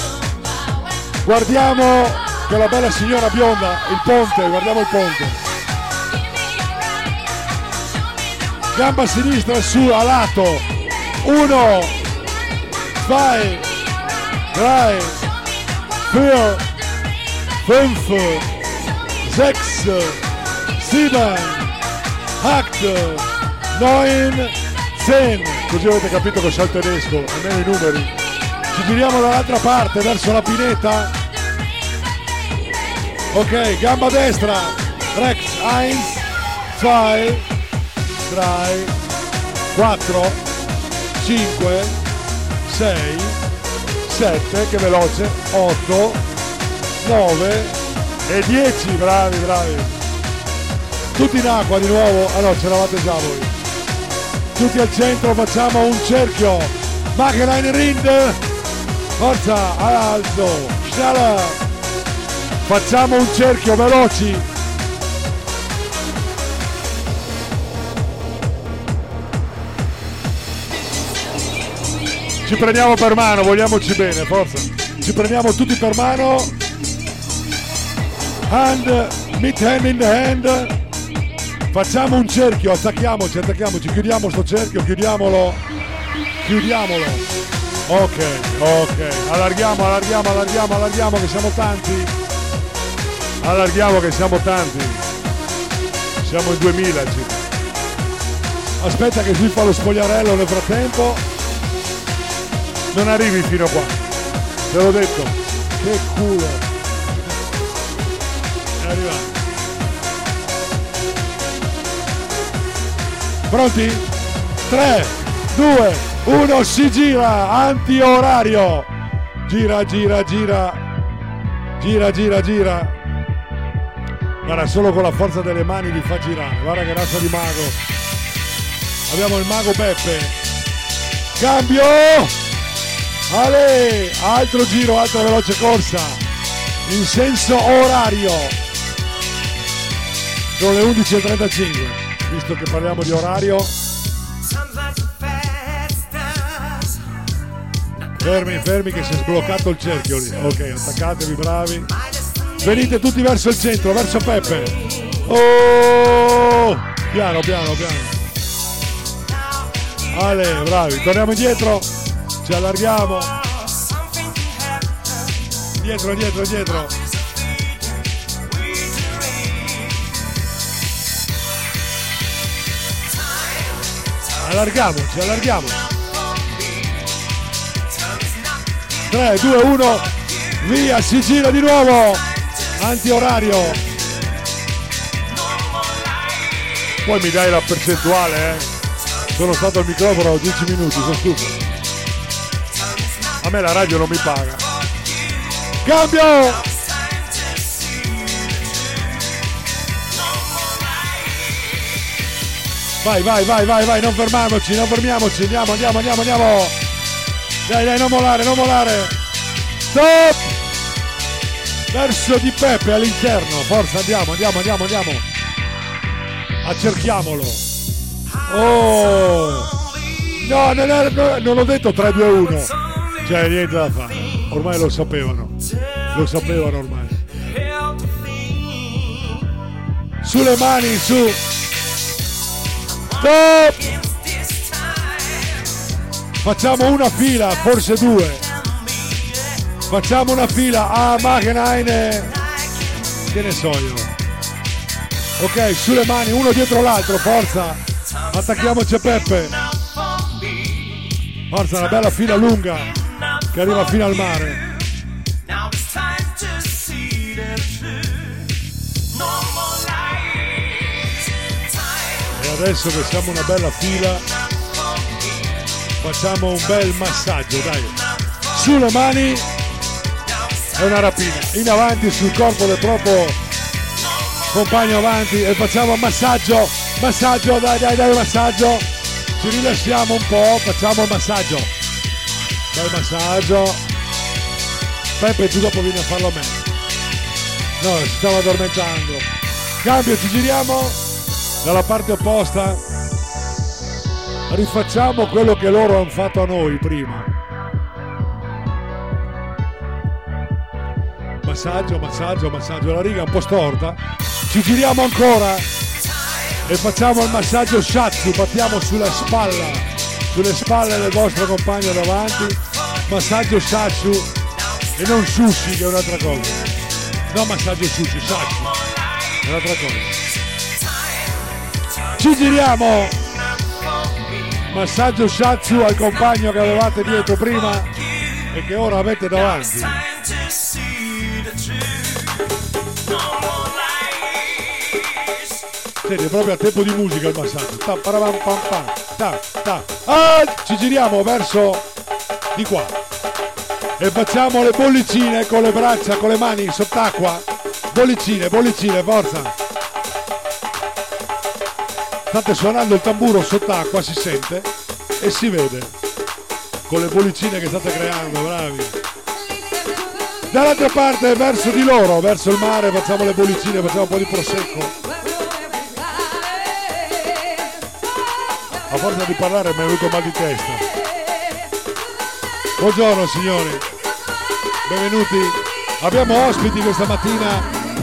Guardiamo quella bella signora bionda, il ponte, guardiamo il ponte. Gamba sinistra su a lato. Uno, zwei, drei, vier, fünf, sechs, sieben, acht, neun, zehn. Così avete capito che so il tedesco, almeno i numeri. Ci giriamo dall'altra parte verso la pineta. Ok, gamba destra. Rex, eins, zwei, drei, quattro, cinque, sei, sette, che veloce, otto, nove e dieci, bravi, bravi. Tutti in acqua di nuovo, ah no, c'eravate già voi. Tutti al centro, facciamo un cerchio. Mageline Rind, forza, alto, scala. Facciamo un cerchio, veloci. Ci prendiamo per mano, vogliamoci bene, forza. Ci prendiamo tutti per mano. Hand, meet hand in the hand. Facciamo un cerchio, attacchiamoci, attacchiamoci, chiudiamo sto cerchio, chiudiamolo. Chiudiamolo. Ok, ok. Allarghiamo, allarghiamo, allarghiamo, allarghiamo che siamo tanti. Allarghiamo che siamo tanti. Siamo in duemila circa. Aspetta che si fa lo spogliarello nel frattempo. Non arrivi fino a qua. Te l'ho detto. Che culo. È arrivato. Pronti? tre, due, uno, si gira. Anti-orario. Gira, gira, gira. Gira, gira, gira. Guarda, solo con la forza delle mani li fa girare. Guarda che razza di mago. Abbiamo il mago Beppe. Cambio. Ale, altro giro, altra veloce corsa. In senso orario. Sono le undici e trentacinque. Visto che parliamo di orario. Fermi, fermi che si è sbloccato il cerchio lì. Ok, attaccatevi, bravi. Venite tutti verso il centro, verso Peppe. Oh! Piano, piano, piano. Ale, bravi. Torniamo indietro. Ci allarghiamo. Dietro, dietro, dietro. Allarghiamoci, allarghiamo. tre, due, uno. Via, si gira di nuovo. Anti-orario. Poi mi dai la percentuale, eh? Sono stato al microfono dieci minuti, sono stufo. A me la radio non mi paga. Cambio! Vai, vai, vai, vai, vai, non fermiamoci, non fermiamoci, andiamo, andiamo, andiamo, andiamo. Dai, dai, non molare, non molare. Stop! Verso di Peppe all'interno, forza, andiamo, andiamo, andiamo, andiamo. Accerchiamolo. Oh! No, non, è, no, non ho detto tre, due, uno. Cioè, niente da fare. Ormai lo sapevano. Lo sapevano ormai. Sulle mani, su. Stop! Facciamo una fila, forse due. Facciamo una fila a Magenheim. Che ne so io. Ok, sulle mani, uno dietro l'altro, forza. Attacchiamoci a Peppe. Forza, una bella fila lunga che arriva fino al mare. E adesso che siamo una bella fila facciamo un bel massaggio, dai. Sulle mani è una rapina, in avanti sul corpo del proprio compagno avanti e facciamo un massaggio, massaggio, dai dai dai, massaggio, ci rilassiamo un po', facciamo il massaggio, bel massaggio. Peppe, tu dopo vieni a farlo a me. No, si stava addormentando. Cambio, ci giriamo dalla parte opposta, rifacciamo quello che loro hanno fatto a noi prima. Massaggio, massaggio, massaggio, la riga è un po' storta. Ci giriamo ancora e facciamo il massaggio Shatsu. Partiamo sulla spalla, sulle spalle del vostro compagno davanti. Massaggio Shatsu e non sushi, che è un'altra cosa. No, massaggio sushi, Shatsu è un'altra cosa. Ci giriamo. Massaggio Shatsu al compagno che avevate dietro prima e che ora avete davanti. Senti, è proprio a tempo di musica il massaggio. Ta, parabam, pam, pam, ta, ta. Ah, ci giriamo verso di qua e facciamo le bollicine con le braccia, con le mani sott'acqua. Bollicine, bollicine, forza. State suonando il tamburo sott'acqua, si sente e si vede con le bollicine che state creando, bravi. Dall'altra parte, verso di loro, verso il mare, facciamo le bollicine, facciamo un po' di prosecco. A forza di parlare mi è venuto mal di testa. Buongiorno signori, benvenuti. Abbiamo ospiti questa mattina.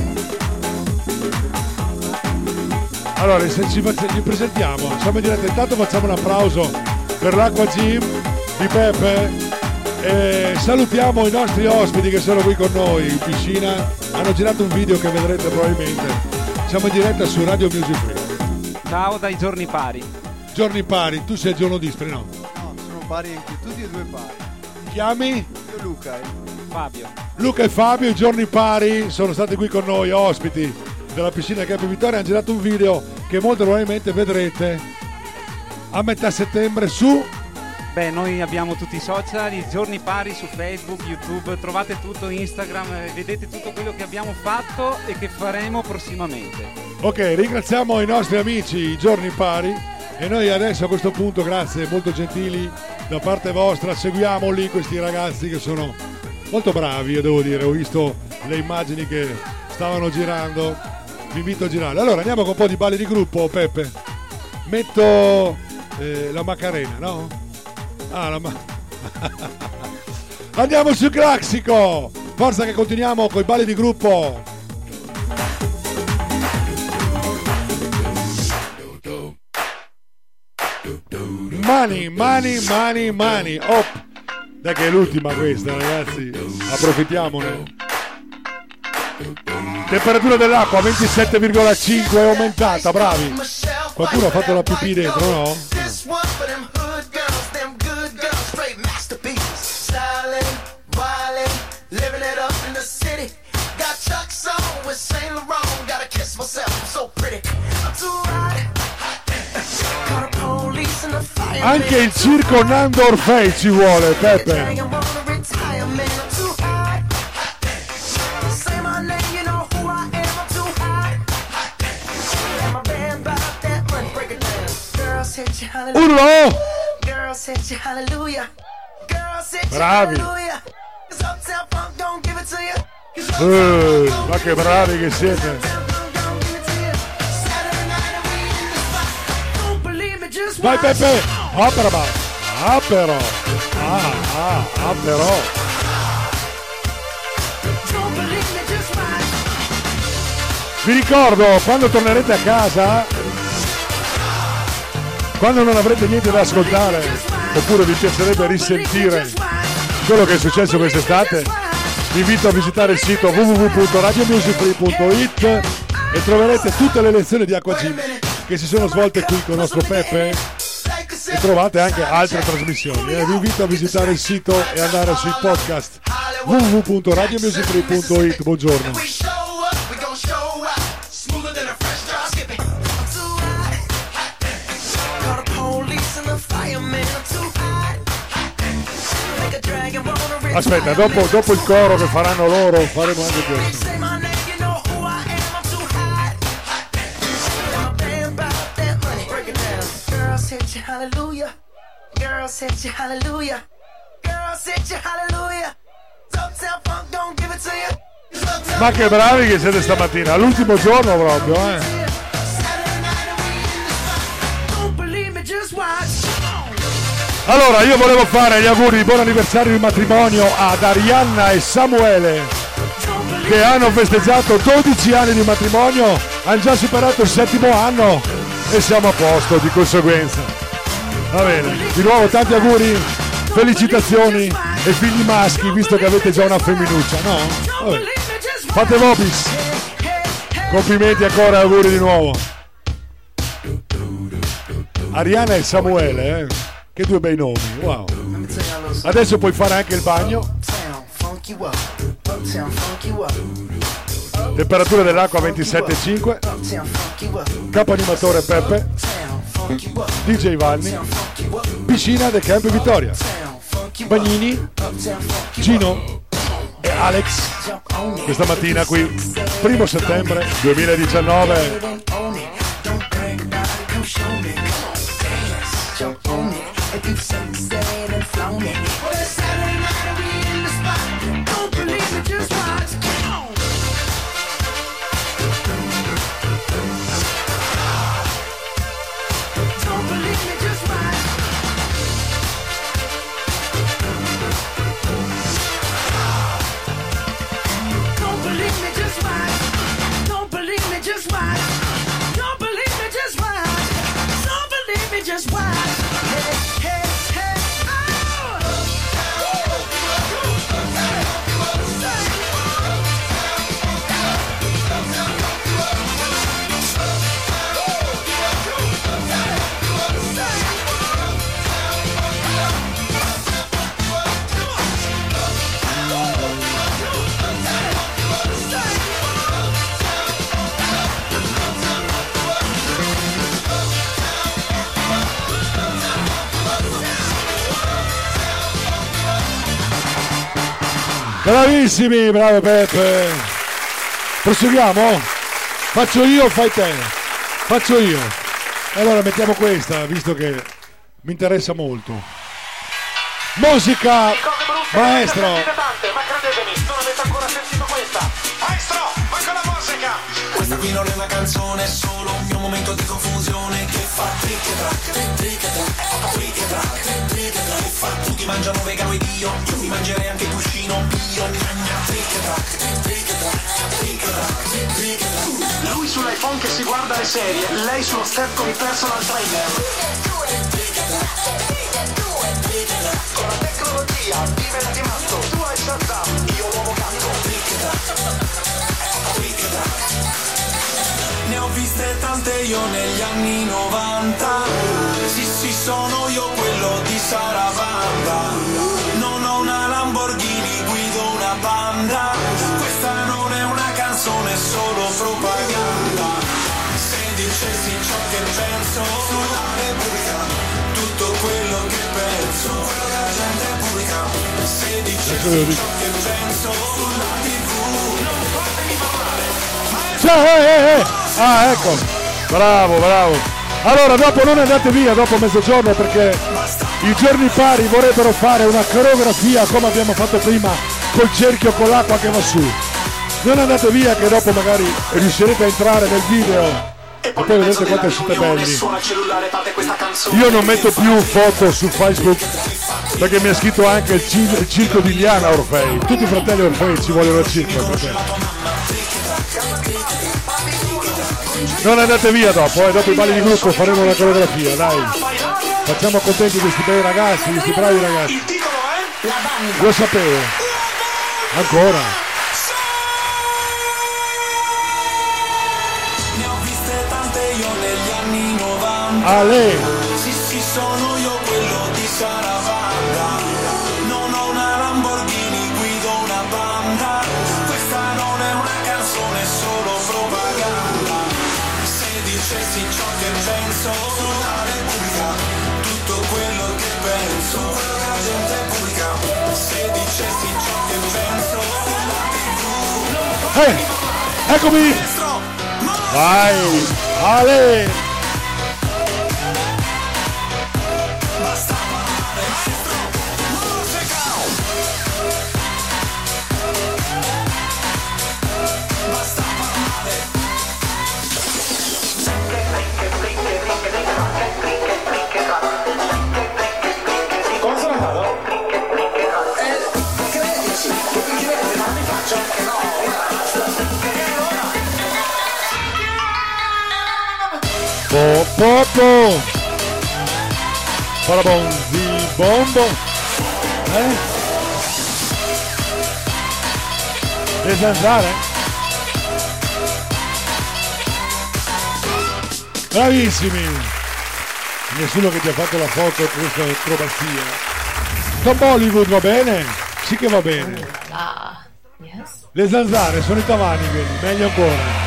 Allora, se ci, facciamo, ci presentiamo, siamo in diretta. Intanto facciamo un applauso per l'Acqua Gym di Peppe e salutiamo i nostri ospiti che sono qui con noi in piscina. Hanno girato un video che vedrete probabilmente. Siamo in diretta su Radio Music Free. Ciao dai giorni pari. Giorni pari, tu sei giorno dispari, no? No, sono pari anche tutti e due pari. Ti chiami? Io Luca e Fabio. Luca e Fabio, i giorni pari, sono stati qui con noi, ospiti della piscina Campo Vittoria. Hanno girato un video che molto probabilmente vedrete a metà settembre su... Beh, noi abbiamo tutti i social, i giorni pari su Facebook, YouTube, trovate tutto, Instagram, vedete tutto quello che abbiamo fatto e che faremo prossimamente. Ok, ringraziamo i nostri amici, i giorni pari, e noi adesso a questo punto, grazie, molto gentili da parte vostra, seguiamoli questi ragazzi che sono molto bravi, io devo dire, ho visto le immagini che stavano girando, vi invito a girare. Allora andiamo con un po' di balli di gruppo, Peppe. Metto eh, la Macarena, no? Ah, la ma... Andiamo sul classico! Forza che continuiamo con i balli di gruppo! Mani, mani, mani, mani! Oh! Dai che è l'ultima questa, ragazzi! Approfittiamone! Temperatura dell'acqua ventisette virgola cinque, è aumentata, bravi! Qualcuno ha fatto la pipì dentro, no? Living it up in the city. Got Chuck's on with Saint Laurent. Gotta kiss myself, I'm so pretty. I'm too hot. Call the police and the fireman. Anche il circo Nando Orfei ci vuole, Peppe. Urlo! Bravi! Uh, ma che bravi che siete! Vai Peppe! Ah però! Ah però! Ah, ah, ah però! Vi ricordo, quando tornerete a casa, quando non avrete niente da ascoltare, oppure vi piacerebbe risentire quello che è successo quest'estate, vi invito a visitare il sito w w w punto radio music free punto i t e troverete tutte le lezioni di Acqua Gym che si sono svolte qui con il nostro Peppe, e trovate anche altre trasmissioni. Eh, vi invito a visitare il sito e andare sui podcast w w w punto radio music free punto i t. Buongiorno. Aspetta, dopo, dopo il coro che faranno loro faremo anche questo. Ma che bravi che siete stamattina, all'ultimo giorno proprio, eh. Allora, io volevo fare gli auguri di buon anniversario di matrimonio ad Arianna e Samuele, che hanno festeggiato dodici anni di matrimonio, hanno già superato il settimo anno e siamo a posto di conseguenza. Va bene, di nuovo tanti auguri, felicitazioni e figli maschi, visto che avete già una femminuccia, no? Vabbè. Fate vobis. Complimenti ancora e auguri di nuovo. Arianna e Samuele, eh? Che due bei nomi, wow. Adesso puoi fare anche il bagno. Temperatura dell'acqua ventisette virgola cinque. Capo animatore Peppe. D J Vanni. Piscina del Campo Vittoria. Bagnini, Gino e Alex. Questa mattina qui, primo settembre duemiladiciannove. If you've sunset and flown it, well, it's Saturday night and we in the spot. Don't believe me, just watch. Come on. Don't believe me, just watch. Bravissimi, bravo Peppe. Proseguiamo? Faccio io o fai te? Faccio io. Allora mettiamo questa, visto che mi interessa molto. Musica, maestro. Ma credetemi, non avete ancora sentito questa. Maestro, vai con la musica. Questa qui non è una canzone, è solo un mio momento di confusione che fa trick e track, trick e track, trick e track, trick e track. Che fa tutti mangiano vegano ed io, io mi mangerei anche il cuscino mio. Gnagna, trick e track, trick e track, trick e track, trick e track. Lui sull'iPhone che si guarda le serie, lei sullo step con il personal trainer. Con la tecnologia diventi matto, tu hai Shazam, io uomo gatto. Ne ho viste tante io negli anni novanta. Sì sì sono io quello di Saravanda. Non ho una Lamborghini, guido una banda. Questa non è una canzone, è solo propaganda. Se dicessi ciò che penso sulla Repubblica, tutto quello che penso, quello che la gente pubblica. Se dicessi ciò che penso sulla tivù, non fatemi parlare. Cioè, eh, eh. Ah, ecco. Bravo, bravo. Allora, dopo non andate via dopo mezzogiorno, perché i giorni pari vorrebbero fare una coreografia come abbiamo fatto prima col cerchio con l'acqua che va su. Non andate via, che dopo magari riuscirete a entrare nel video e poi vedete quanto siete belli. Io non metto più foto su Facebook perché mi ha scritto anche il, cil- il circo di Liana Orfei. Tutti i fratelli Orfei ci vogliono al circo, perché non andate via dopo, eh, dopo i balli di gruppo faremo una coreografia, dai. Facciamo contenti questi bei ragazzi, questi bravi ragazzi. Lo sapevo. Ancora. Ne ho viste tante io negli anni novanta. Ale. Sì sì sono io quello di Saravanda. Non ho una Lamborghini, guido una banda. Questa non è una canzone, è solo propaganda. Se dicessi ciò che penso sulla Repubblica, tutto quello che penso, quello che la gente pubblica. Se dicessi ciò che penso sulla tivù, non fatemi Eh, eccomi. Vai, Ale. Come sono andato? Eh, credici, che mi credi, ma mi faccio anche no. Po po po. Parabonzi bombo. Eh? Le zanzare? Bravissimi. Nessuno che ti ha fatto la foto con questa acrobazia. Tom Bollywood va bene? Sì che va bene. Ah, yes. Le zanzare sono i tavani quelli, meglio ancora.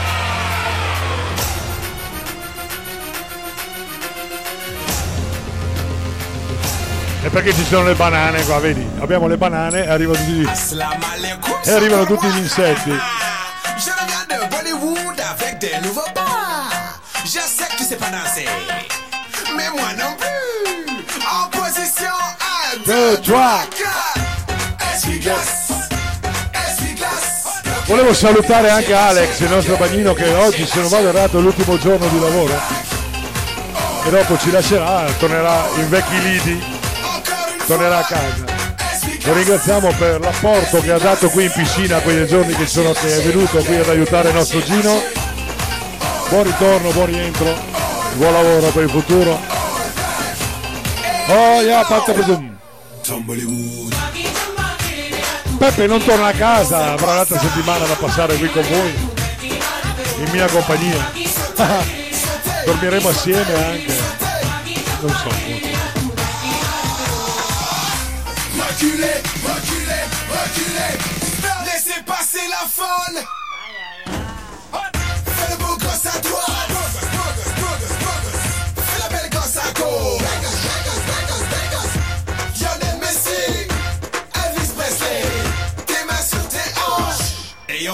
E perché ci sono le banane qua, vedi? Abbiamo le banane e arrivano tutti, e arrivano tutti gli insetti. Je regarde Bollywood avec des nouveaux pas. Je sais que tu sais pas danser, mais moi non plus. En position un, deux, trois, quatre. Essuie-glace, essuie-glace. Volevo salutare anche Alex, il nostro bagnino, che oggi, se non vado errato, è l'ultimo giorno di lavoro. E dopo ci lascerà, tornerà in vecchi lidi, tornerà a casa. Lo ringraziamo per l'apporto che ha dato qui in piscina quei giorni che, sono, che è venuto qui ad aiutare il nostro Gino. Buon ritorno, buon rientro, buon lavoro per il futuro. Oh yeah, fatta presum. Peppe non torna a casa, avrà un'altra settimana da passare qui con voi, in mia compagnia. Dormiremo assieme anche, non so. Reculez, reculez, reculez. Laissez passer la folle. Fais le beau gosse à droite. Fais la belle gosse à gauche. Lionel Messi, Elvis Presley. Tes mains sur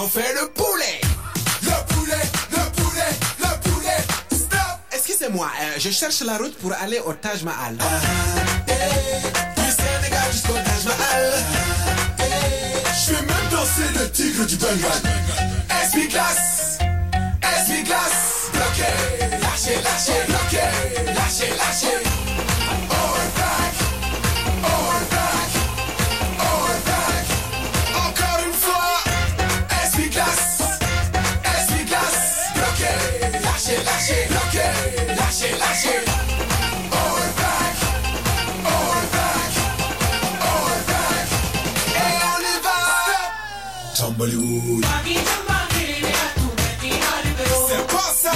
on fait le poulet. Le poulet, le poulet, le poulet. Stop. Excusez-moi, euh, je cherche la route pour aller au Taj Mahal. Ah, eh, du Sénégal jusqu'au Taj Mahal. Eh, je vais même danser le tigre du Bengale. Essuie-glace, essuie-glace. Bloqué, lâchez, lâchez, bloqué, lâchez, lâchez. All back, all back, all back. Encore une fois, essuie-glace, essuie-glace. Bloqué, lâchez, lâchez, bloqué, lâchez, lâchez. All back, all back, all back. Et on y va. Bollywood. C'est pas ça.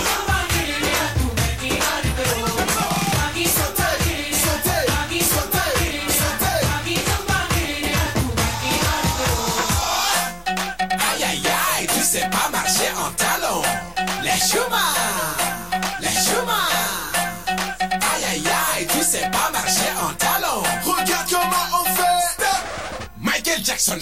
Aïe aïe aïe, tu sais pas marcher en talon. Les chemins, les chemins. Aïe aïe aïe, tu sais pas marcher en talon. Regarde comment on fait. Step. Michael Jackson.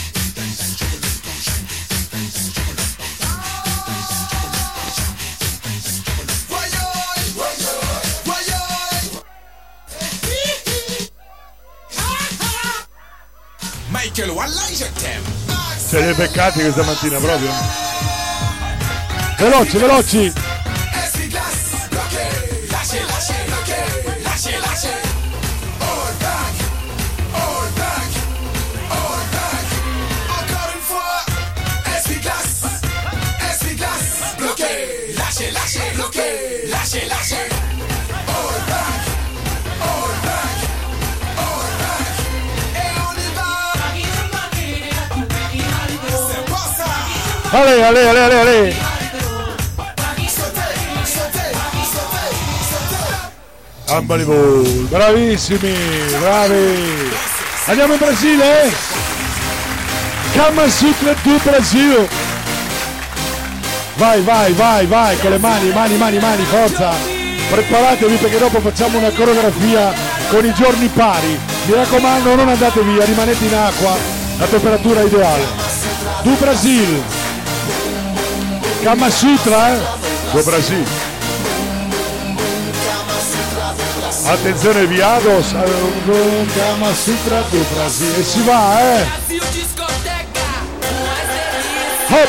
Michael, wallahi je t'aime. Se li è beccati questa mattina proprio. Veloci, veloci. Ale, ale, ale, ale, ale. Unbelievable, bravissimi, bravi. Andiamo in Brasile, eh? Kama Sutra do Brasil. Vai, vai, vai, vai, con le mani, mani, mani, mani, forza. Preparatevi perché dopo facciamo una coreografia con i giorni pari. Mi raccomando, non andate via, rimanete in acqua, la temperatura è ideale. Do Brasil. Kama Sutra, eh? Do Brasil. Attenzione viados, Kama Sutra do Brasil. E si va, eh? Hop.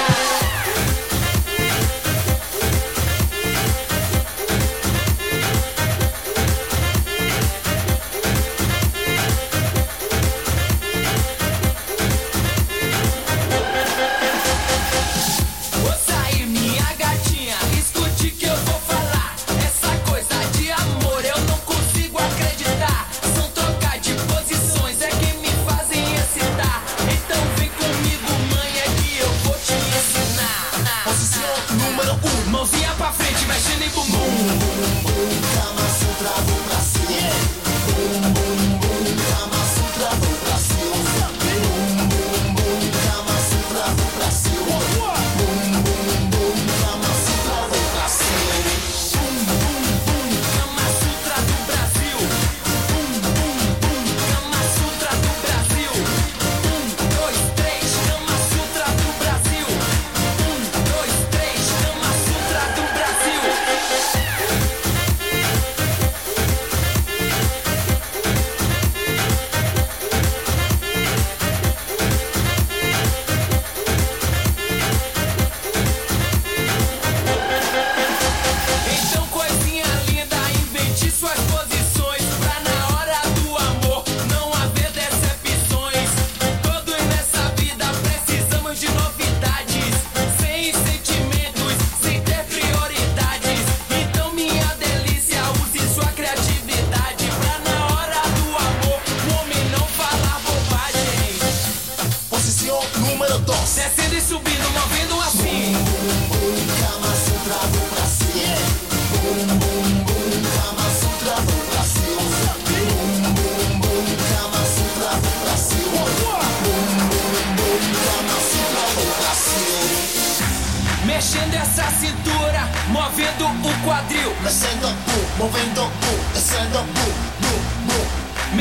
Mexendo essa cintura, movendo o quadril. Mexendo, bu, movendo, bu, descendo, bu, bu, bu.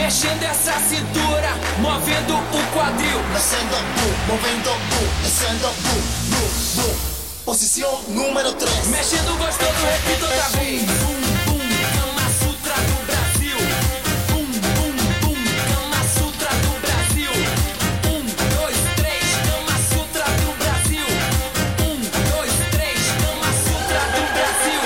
mexendo essa cintura, movendo o quadril. Descendo, boom, movendo, boom, descendo, boom, boom, boom. Posição número três. Mexendo gostoso, repito outra vez. Bum, bum, Kama Sutra do Brasil. Bum, bum, bum, Kama Sutra do Brasil. Um, dois, três, Kama Sutra do Brasil. Um, dois, três, Kama Sutra do Brasil.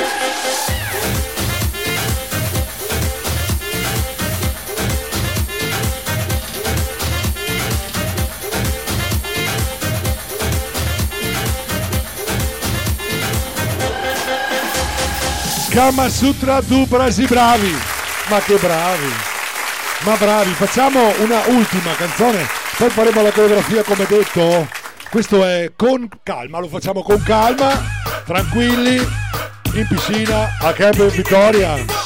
Kama Sutra do Brasil, bravi, ma che bravi, ma bravi. Facciamo una ultima canzone, poi faremo la coreografia come detto. Questo è con calma, lo facciamo con calma, tranquilli, in piscina a Campo Vittoria.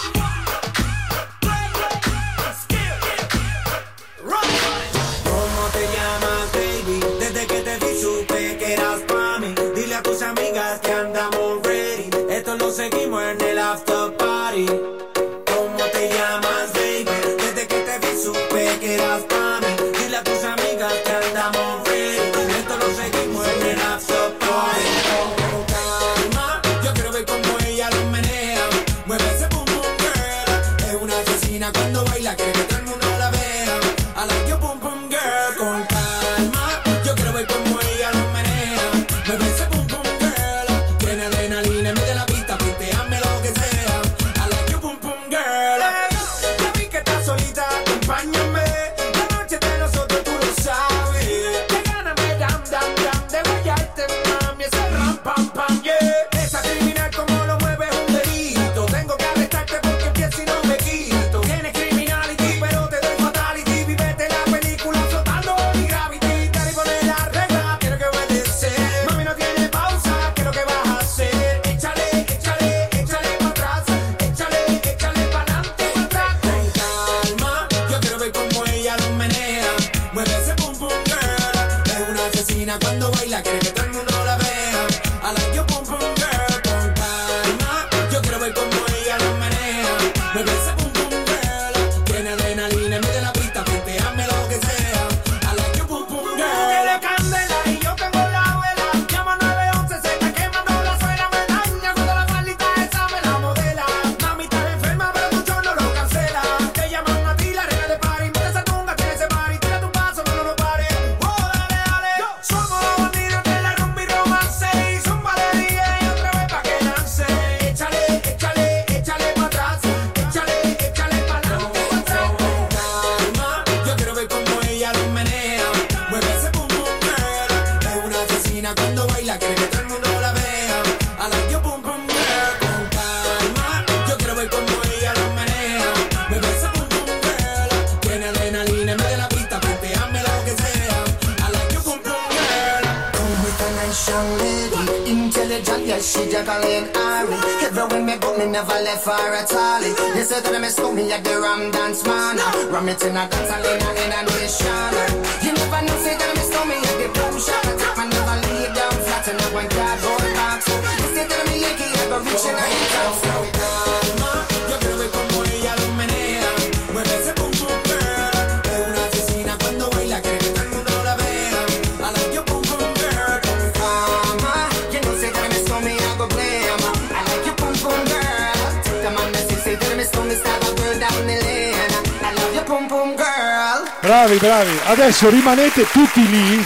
¿Cómo te llamas, baby? Desde que te vi supe que eras pa' mí. Dile a tus amigas que andamos ready. Esto lo seguimos en el after party. ¿Cómo te llamas, baby? Desde que te vi supe que eras pa' mí. Dile a tus amigas que andamos ready. Esto lo seguimos en el after party. Con calma, yo quiero ver cómo ella lo menea. Mueve ese boom boom girl. Es una asesina cuando baila, quiere que todo el mundo la vea. I like your boom boom girl. Con calma, yo quiero ver cómo ella lo menea. Mueve ese boom boom girl. Tiene adrenalina, mete la pista, piteame lo que sea. I like your boom boom girl. Ya vi que estás solita, acompáñame. La noche de nosotros tú lo sabes. Que ganas me dan, dan, dan de bailarte, mami. Ese ram, pam, pam, yeah. Esa criminal como lo mueve es un delito. Tengo que arrestarte porque empiezo y no me quito. Tienes criminality, pero te doy fatality. Vivete la película flotando mi gravity. Dale y poner la regla, quiero que obedecer. Mami, no tiene pausa, ¿qué es lo que vas a hacer? Échale, échale, échale para atrás. Échale, échale para adelante y para atrás. Con calma, yo quiero ver cómo ella lo menea. Mueve ese pum pum girl. Es una asesina cuando baila, quiere que todo el mundo la vea. I like your pum pum girl. Con calma, yo quiero ver cómo ella lo menea. Mueve ese pum pum girl. Tiene adrenalina, mete la pista, planteame lo que sea. I like your pum pum girl. Tú quieres candela y yo tengo la vela. Llama nueve once, se está quemando la suela. Me daña cuando la maldita esa me la modela. Mami, estás enferma, pero tu show no lo cancela. Te llaman a ti, la reina de party. Mete esa tunga, tiene ese party. Tira tu paso, no, no, no pare. Oh, dale, dale. Somos los bandidos de la rumba y romance. Y son valería y otra vez pa' que lance. Échale, échale, échale pa' atrás. Échale, échale pa' adelante y pa' atrás. Con calma, yo quiero ver cómo ella lo menea. Mueve ese pum pum girl. Es una asesina cuando baila, quiere que todo el mundo la vea. I like your pum pum girl. Con calma, yo quiero ver cómo ella lo menea. Mueve ese pum pum girl. Tiene adrenalina, mete la pista, planteame lo que sea. I like your pum pum girl. Come with a nice young lady, intelligent, yes, she juggling and Ari. Everywhere me go, me never left her at all. You say that me slow me at the Ram Dance Man. Ram it in a dance hall in a, in a nation. You never know, say that me slow me at the boom shop. I take my never lay down flat in a one cardboard box. You say that me Yankee, I go reaching a hit out. Con calma, yo quiero ver cómo ella lo menea. Mueve ese pum pum girl. Es una asesina cuando baila, quiere que todo el mundo la vea. I like your pum pum girl. Con Mama, you know, say that me slow me, I go blame. I like your pum pum girl. Take the man that say, say that me slow me, start a girl down the lane. I love your pum pum girl. Bravi, bravi. Adesso rimanete tutti lì.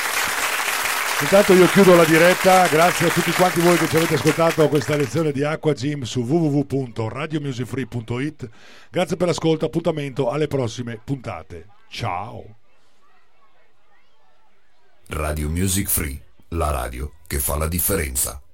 Intanto io chiudo la diretta, grazie a tutti quanti voi che ci avete ascoltato questa lezione di Aqua Gym su w w w punto radio music free punto i t. Grazie per l'ascolto, appuntamento alle prossime puntate. Ciao. Radio Music Free, la radio che fa la differenza.